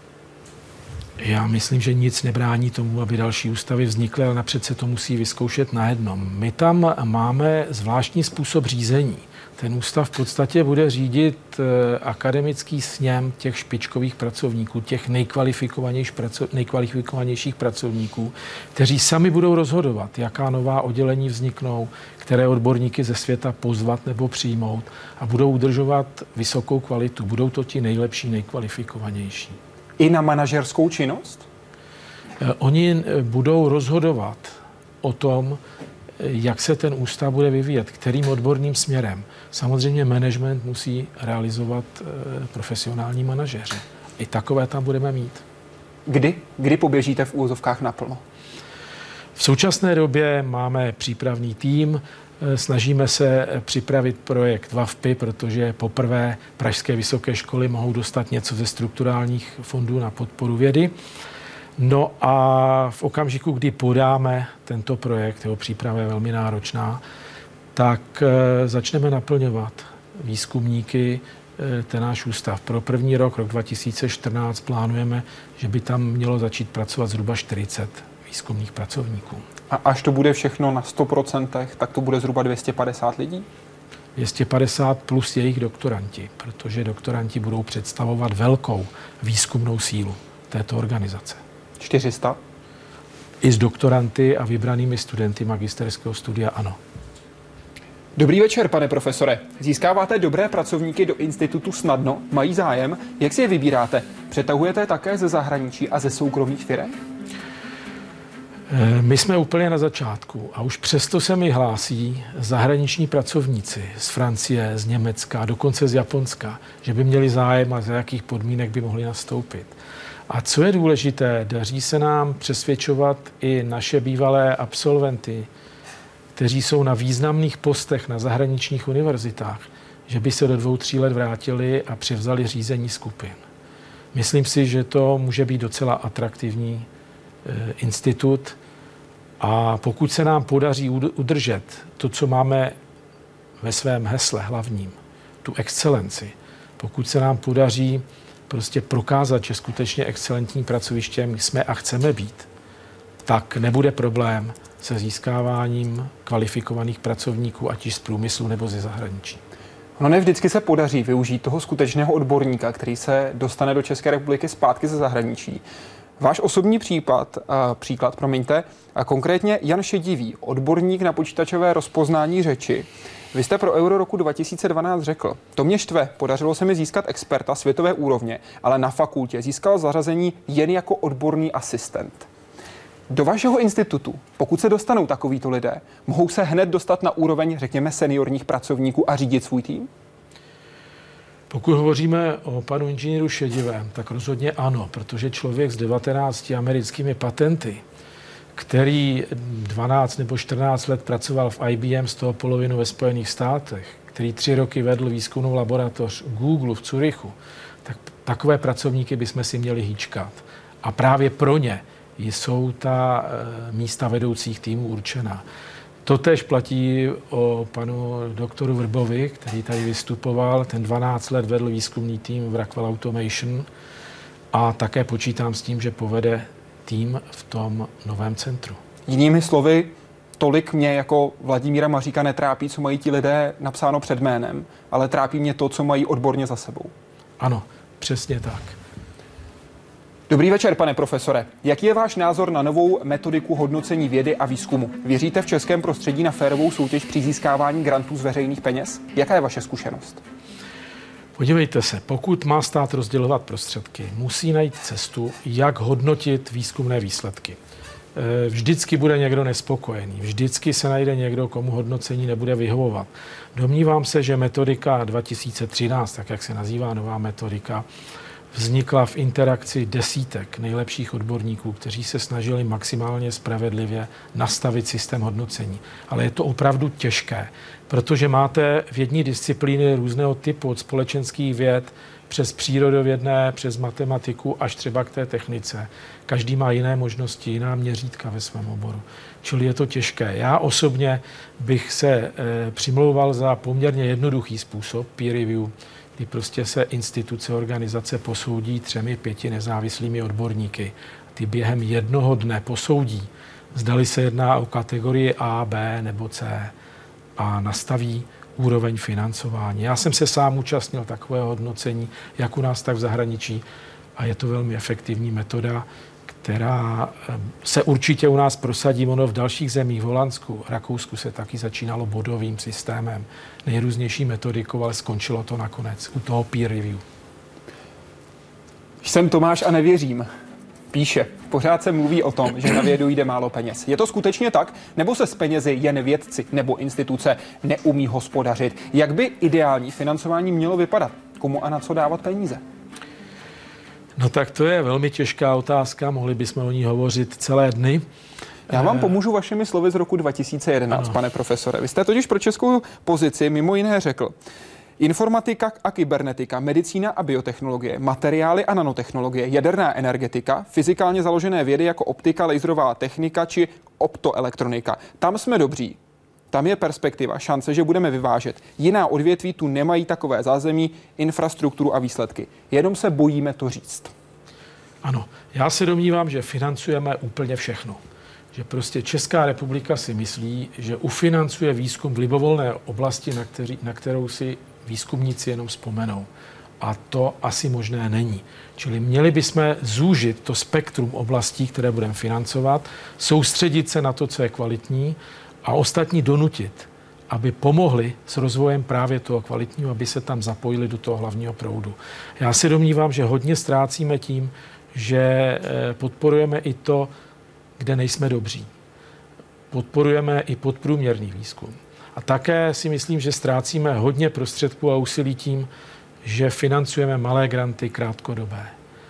Já myslím, že nic nebrání tomu, aby další ústavy vznikly, ale napřed se to musí vyzkoušet na jednom. My tam máme zvláštní způsob řízení. Ten ústav v podstatě bude řídit akademický sněm těch špičkových pracovníků, těch nejkvalifikovanějších pracovníků, kteří sami budou rozhodovat, jaká nová oddělení vzniknou, které odborníky ze světa pozvat nebo přijmout a budou udržovat vysokou kvalitu. Budou to ti nejlepší, nejkvalifikovanější. I na manažerskou činnost? Oni budou rozhodovat o tom, jak se ten ústav bude vyvíjet, kterým odborným směrem. Samozřejmě management musí realizovat profesionální manažeři. I takové tam budeme mít. Kdy? Kdy poběžíte v úvozovkách naplno? V současné době máme přípravný tým, snažíme se připravit projekt V A V P I, protože poprvé pražské vysoké školy mohou dostat něco ze strukturálních fondů na podporu vědy. No a v okamžiku, kdy podáme tento projekt, jeho příprava je velmi náročná, tak začneme naplňovat výzkumníky ten náš ústav. Pro první rok, rok dva tisíce čtrnáct, plánujeme, že by tam mělo začít pracovat zhruba čtyřicet výzkumných pracovníků. A až to bude všechno na sto procent, tak to bude zhruba dvě stě padesát lidí? dvě stě padesát plus jejich doktoranti, protože doktoranti budou představovat velkou výzkumnou sílu této organizace. čtyři sta? I s doktoranty a vybranými studenty magisterského studia, ano. Dobrý večer, pane profesore. Získáváte dobré pracovníky do institutu snadno? Mají zájem? Jak si je vybíráte? Přetahujete také ze zahraničí a ze soukromých firem? My jsme úplně na začátku a už přesto se mi hlásí zahraniční pracovníci z Francie, z Německa, dokonce z Japonska, že by měli zájem a za jakých podmínek by mohli nastoupit. A co je důležité, daří se nám přesvědčovat i naše bývalé absolventy, kteří jsou na významných postech na zahraničních univerzitách, že by se do dvou, tří let vrátili a převzali řízení skupin. Myslím si, že to může být docela atraktivní e, institut a pokud se nám podaří udržet to, co máme ve svém hesle hlavním, tu excelenci, pokud se nám podaří prostě prokázat, že skutečně excelentní pracovištěm jsme a chceme být, tak nebude problém se získáváním kvalifikovaných pracovníků, ať již z průmyslu nebo ze zahraničí. No ne vždycky se podaří využít toho skutečného odborníka, který se dostane do České republiky zpátky ze zahraničí. Váš osobní případ, příklad, promiňte, a konkrétně Jan Šedivý, odborník na počítačové rozpoznání řeči. Vy jste pro Euro roku dva tisíce dvanáct řekl, to mě štve, podařilo se mi získat experta světové úrovně, ale na fakultě získal zařazení jen jako odborný asistent. Do vašeho institutu, pokud se dostanou takovýto lidé, mohou se hned dostat na úroveň, řekněme, seniorních pracovníků a řídit svůj tým? Pokud hovoříme o panu inženýru Šedivém, tak rozhodně ano, protože člověk s devatenácti americkými patenty, který dvanáct nebo čtrnáct let pracoval v I B M, z toho polovinu ve Spojených státech, který tři roky vedl výzkumnou laboratoř Google v Curychu, tak takové pracovníky bychom si měli hýčkat. A právě pro ně jsou ta místa vedoucích týmů určená. Totéž platí o panu doktoru Vrbovi, který tady vystupoval. Ten dvanáct let vedl výzkumný tým v Rockwell Automation a také počítám s tím, že povede tým v tom novém centru. Jinými slovy, tolik mě jako Vladimíra Maříka netrápí, co mají ti lidé napsáno před jménem, ale trápí mě to, co mají odborně za sebou. Ano, přesně tak. Dobrý večer, pane profesore. Jaký je váš názor na novou metodiku hodnocení vědy a výzkumu? Věříte v českém prostředí na férovou soutěž při získávání grantů z veřejných peněz? Jaká je vaše zkušenost? Podívejte se, pokud má stát rozdělovat prostředky, musí najít cestu, jak hodnotit výzkumné výsledky. Vždycky bude někdo nespokojený, vždycky se najde někdo, komu hodnocení nebude vyhovovat. Domnívám se, že metodika dva tisíce třináct, tak jak se nazývá nová metodika, vznikla v interakci desítek nejlepších odborníků, kteří se snažili maximálně spravedlivě nastavit systém hodnocení. Ale je to opravdu těžké, protože máte vědní disciplíny různého typu, od společenských věd přes přírodovědné, přes matematiku až třeba k té technice. Každý má jiné možnosti, jiná měřítka ve svém oboru. Čili je to těžké. Já osobně bych se e, přimlouval za poměrně jednoduchý způsob peer review, kdy prostě se instituce, organizace posoudí třemi, pěti nezávislými odborníky. Ty během jednoho dne posoudí, zdali se jedná o kategorii A, B nebo C a nastaví úroveň financování. Já jsem se sám účastnil takového hodnocení, jak u nás, tak v zahraničí, a je to velmi efektivní metoda, která se určitě u nás prosadí. Ono v dalších zemích, v Holandsku, Rakousku se taky začínalo bodovým systémem, nejrůznější metodikou, ale skončilo to nakonec u toho peer review. Jsem Tomáš a nevěřím. Píše, pořád se mluví o tom, že na vědu jde málo peněz. Je to skutečně tak? Nebo se s penězi jen vědci nebo instituce neumí hospodařit? Jak by ideální financování mělo vypadat? Komu a na co dávat peníze? No tak to je velmi těžká otázka, mohli bychom o ní hovořit celé dny. Já vám pomůžu vašimi slovy z roku dva tisíce jedenáct, ano. Pane profesore. Vy jste totiž pro českou pozici mimo jiné řekl: informatika a kybernetika, medicína a biotechnologie, materiály a nanotechnologie, jaderná energetika, fyzikálně založené vědy jako optika, laserová technika či optoelektronika. Tam jsme dobří. Tam je perspektiva, šance, že budeme vyvážet. Jiná odvětví tu nemají takové zázemí, infrastrukturu a výsledky. Jenom se bojíme to říct. Ano, já se domnívám, že financujeme úplně všechno. Že prostě Česká republika si myslí, že ufinancuje výzkum v libovolné oblasti, na, který, na kterou si výzkumníci jenom vzpomenou. A to asi možné není. Čili měli bychom zúžit to spektrum oblastí, které budeme financovat, soustředit se na to, co je kvalitní, a ostatní donutit, aby pomohli s rozvojem právě toho kvalitního, aby se tam zapojili do toho hlavního proudu. Já se domnívám, že hodně ztrácíme tím, že podporujeme i to, kde nejsme dobří. Podporujeme i podprůměrný výzkum. A také si myslím, že ztrácíme hodně prostředků a úsilí tím, že financujeme malé granty krátkodobé.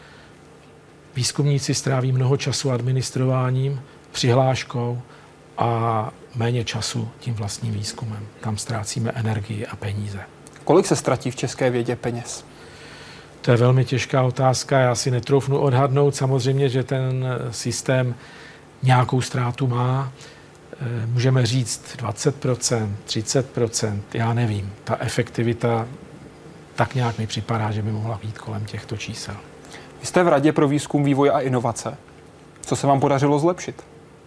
Výzkumníci stráví mnoho času administrováním, přihláškou a méně času tím vlastním výzkumem. Tam ztrácíme energii a peníze. Kolik se ztratí v české vědě peněz? To je velmi těžká otázka. Já si netroufnu odhadnout. Samozřejmě, že ten systém nějakou ztrátu má. Můžeme říct dvacet procent, třicet procent, já nevím. Ta efektivita tak nějak mi připadá, že by mohla být kolem těchto čísel. Vy jste v Radě pro výzkum, vývoj a inovace. Co se vám podařilo zlepšit?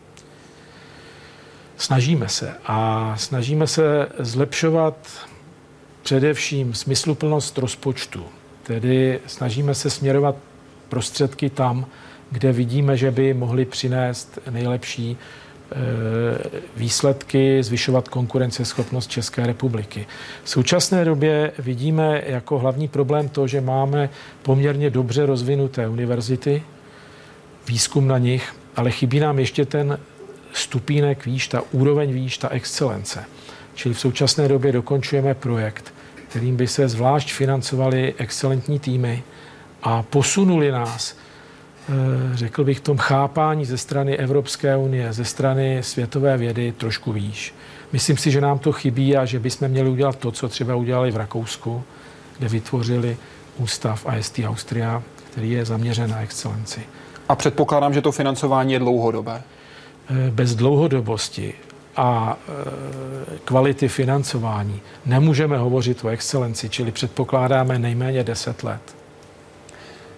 Snažíme se a snažíme se zlepšovat především smysluplnost rozpočtu. Tedy snažíme se směrovat prostředky tam, kde vidíme, že by mohly přinést nejlepší výsledky, zvyšovat konkurenceschopnost České republiky. V současné době vidíme jako hlavní problém to, že máme poměrně dobře rozvinuté univerzity, výzkum na nich, ale chybí nám ještě ten stupínek výš, ta úroveň výš, ta excelence. Čili v současné době dokončujeme projekt, kterým by se zvlášť financovaly excelentní týmy a posunuli nás, řekl bych, v tom chápání ze strany Evropské unie, ze strany světové vědy trošku výš. Myslím si, že nám to chybí a že bychom měli udělat to, co třeba udělali v Rakousku, kde vytvořili ústav I S T Austria, který je zaměřen na excelenci. A předpokládám, že to financování je dlouhodobé. Bez dlouhodobosti a kvality financování nemůžeme hovořit o excelenci, čili předpokládáme nejméně deset let.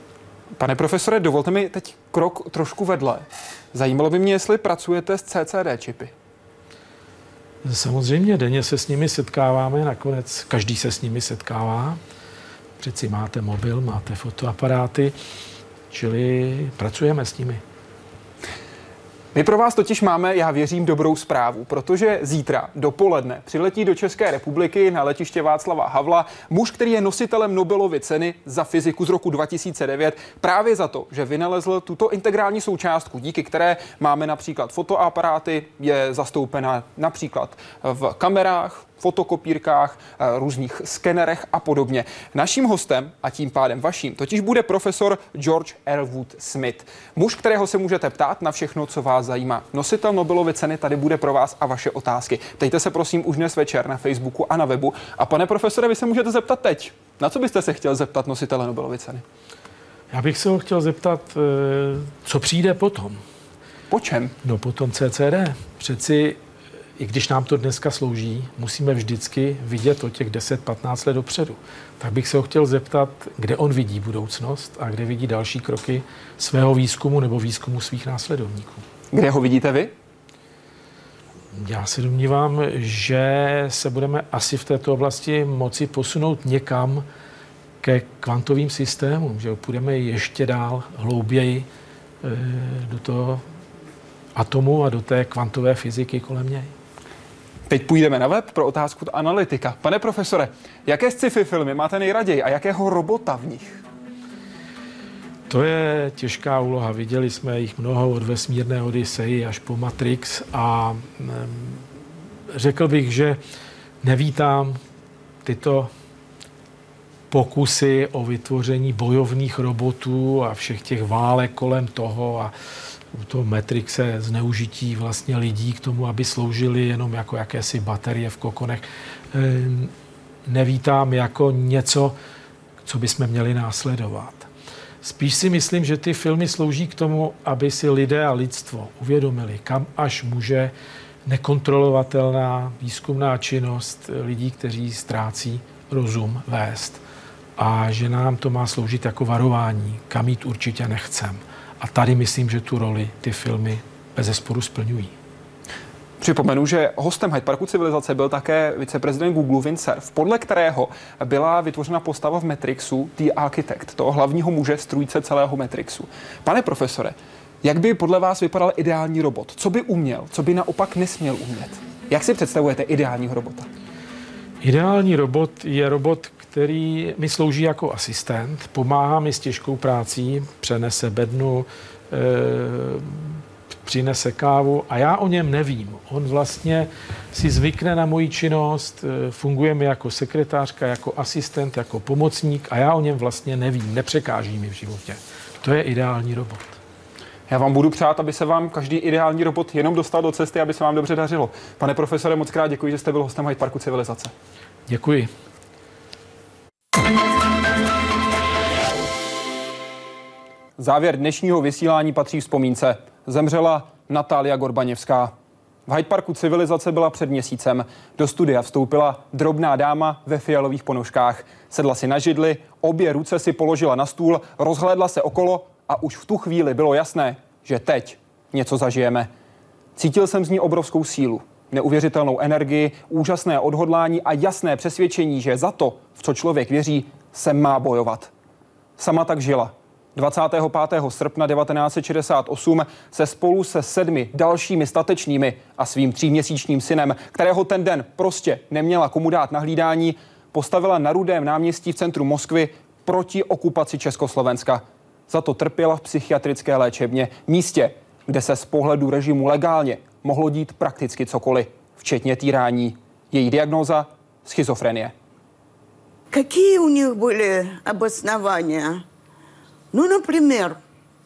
Pane profesore, dovolte mi teď krok trošku vedle. Zajímalo by mě, jestli pracujete s C C D čipy. Samozřejmě denně se s nimi setkáváme, nakonec každý se s nimi setkává. Přeci máte mobil, máte fotoaparáty, čili pracujeme s nimi. My pro vás totiž máme, já věřím, dobrou zprávu, protože zítra dopoledne přiletí do České republiky na letiště Václava Havla muž, který je nositelem Nobelovy ceny za fyziku z roku dva tisíce devět, právě za to, že vynalezl tuto integrální součástku, díky které máme například fotoaparáty, je zastoupena například v kamerách, fotokopírkách, různých skenerech a podobně. Naším hostem, a tím pádem vaším, totiž bude profesor George Aylward Smith. Muž, kterého se můžete ptát na všechno, co vás zajímá. Nositel Nobelovy ceny tady bude pro vás a vaše otázky. Ptejte se prosím už dnes večer na Facebooku a na webu. A pane profesore, vy se můžete zeptat teď. Na co byste se chtěl zeptat nositele Nobelovy ceny? Já bych se ho chtěl zeptat, co přijde potom. Po čem? No potom C C D. Přeci i když nám to dneska slouží, musíme vždycky vidět o těch deset patnáct let dopředu. Tak bych se ho chtěl zeptat, kde on vidí budoucnost a kde vidí další kroky svého výzkumu nebo výzkumu svých následovníků. Kde ho vidíte vy? Já se domnívám, že se budeme asi v této oblasti moci posunout někam ke kvantovým systémům, že půjdeme ještě dál, hlouběji do toho atomu a do té kvantové fyziky kolem něj. Teď půjdeme na web pro otázku analytika. Pane profesore, jaké sci-fi filmy máte nejraději a jakého robota v nich? To je těžká úloha. Viděli jsme jich mnoho od vesmírné Odyseji až po Matrix a řekl bych, že nevítám tyto pokusy o vytvoření bojovných robotů a všech těch válek kolem toho a u toho Matrixe zneužití vlastně lidí k tomu, aby sloužili jenom jako jakési baterie v kokonech. Nevítám jako něco, co bychom měli následovat. Spíš si myslím, že ty filmy slouží k tomu, aby si lidé a lidstvo uvědomili, kam až může nekontrolovatelná výzkumná činnost lidí, kteří ztrácí rozum, vést. A že nám to má sloužit jako varování, kam jít určitě nechcem. A tady myslím, že tu roli ty filmy bezesporu splňují. Připomenu, že hostem Hyde Parku civilizace byl také viceprezident Google Vint Cerf, podle kterého byla vytvořena postava v Matrixu The Architect, toho hlavního muže, strůjce celého Matrixu. Pane profesore, jak by podle vás vypadal ideální robot? Co by uměl? Co by naopak nesměl umět? Jak si představujete ideálního robota? Ideální robot je robot, který mi slouží jako asistent, pomáhá mi s těžkou prácí, přenese bednu, e, přinese kávu a já o něm nevím. On vlastně si zvykne na moji činnost, funguje mi jako sekretářka, jako asistent, jako pomocník a já o něm vlastně nevím, nepřekáží mi v životě. To je ideální robot. Já vám budu přát, aby se vám každý ideální robot jenom dostal do cesty, aby se vám dobře dařilo. Pane profesore, moc krát děkuji, že jste byl hostem Hyde Parku civilizace. Děkuji. Závěr dnešního vysílání patří vzpomínce. Zemřela Natália Gorbaněvská. V Hyde Parku civilizace byla před měsícem. Do studia vstoupila drobná dáma ve fialových ponožkách. Sedla si na židli, obě ruce si položila na stůl, rozhlédla se okolo a už v tu chvíli bylo jasné, že teď něco zažijeme. Cítil jsem z ní obrovskou sílu, neuvěřitelnou energii, úžasné odhodlání a jasné přesvědčení, že za to, v co člověk věří, se má bojovat. Sama tak žila. dvacátého pátého srpna devatenáct set šedesát osm se spolu se sedmi dalšími statečnými a svým tříměsíčním synem, kterého ten den prostě neměla komu dát na hlídání, postavila na Rudém náměstí v centru Moskvy proti okupaci Československa. Za to trpěla v psychiatrické léčebně, místě, kde se z pohledu režimu legálně mohlo dít prakticky cokoliv, včetně týrání. Její diagnóza – schizofrenie. Какие у них были обоснования? Ну, например,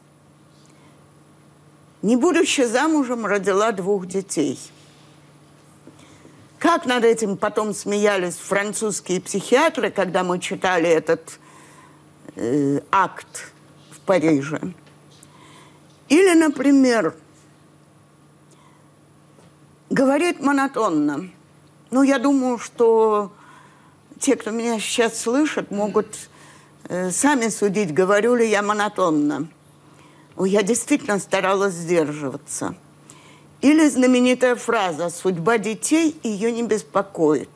не будучи замужем, родила двух детей. Как над этим потом смеялись французские психиатры, когда мы читали этот э, акт в Париже. Или, например, говорит монотонно. Ну, я думаю, что те, кто меня сейчас слышит, могут Сами судить, говорю ли я монотонно. Я действительно старалась сдерживаться. Или знаменитая фраза «Судьба детей ее не беспокоит».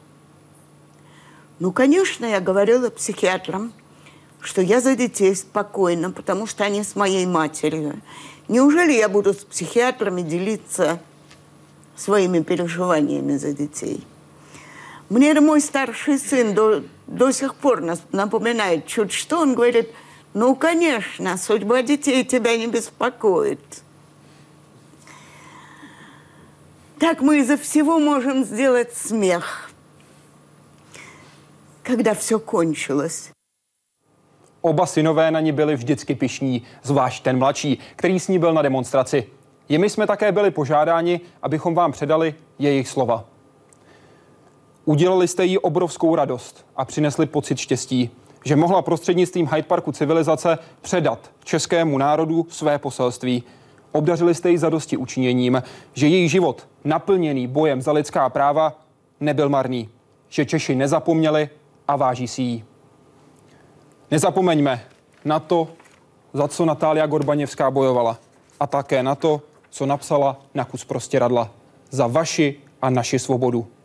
Ну, конечно, я говорила психиатрам, что я за детей спокойна, потому что они с моей матерью. Неужели я буду с психиатрами делиться своими переживаниями за детей? Мне мой старший сын до, до сих пор напоминает чуть что. Он говорит, ну, конечно, судьба детей тебя не беспокоит. Так мы из-за всего можем сделать смех, когда все кончилось. Oba synové na ní byli vždycky pyšní, zvlášť ten mladší, který s ní byl na demonstraci. I my jsme také byli požádáni, abychom vám předali jejich slova. Udělali jste jí obrovskou radost a přinesli pocit štěstí, že mohla prostřednictvím Hyde Parku civilizace předat českému národu své poselství. Obdařili jste ji zadosti učiněním, že její život, naplněný bojem za lidská práva, nebyl marný, že Češi nezapomněli a váží si jí. Nezapomeňme na to, za co Natália Gorbaněvská bojovala, a také na to, co napsala na kus prostěradla. Za vaši a naši svobodu.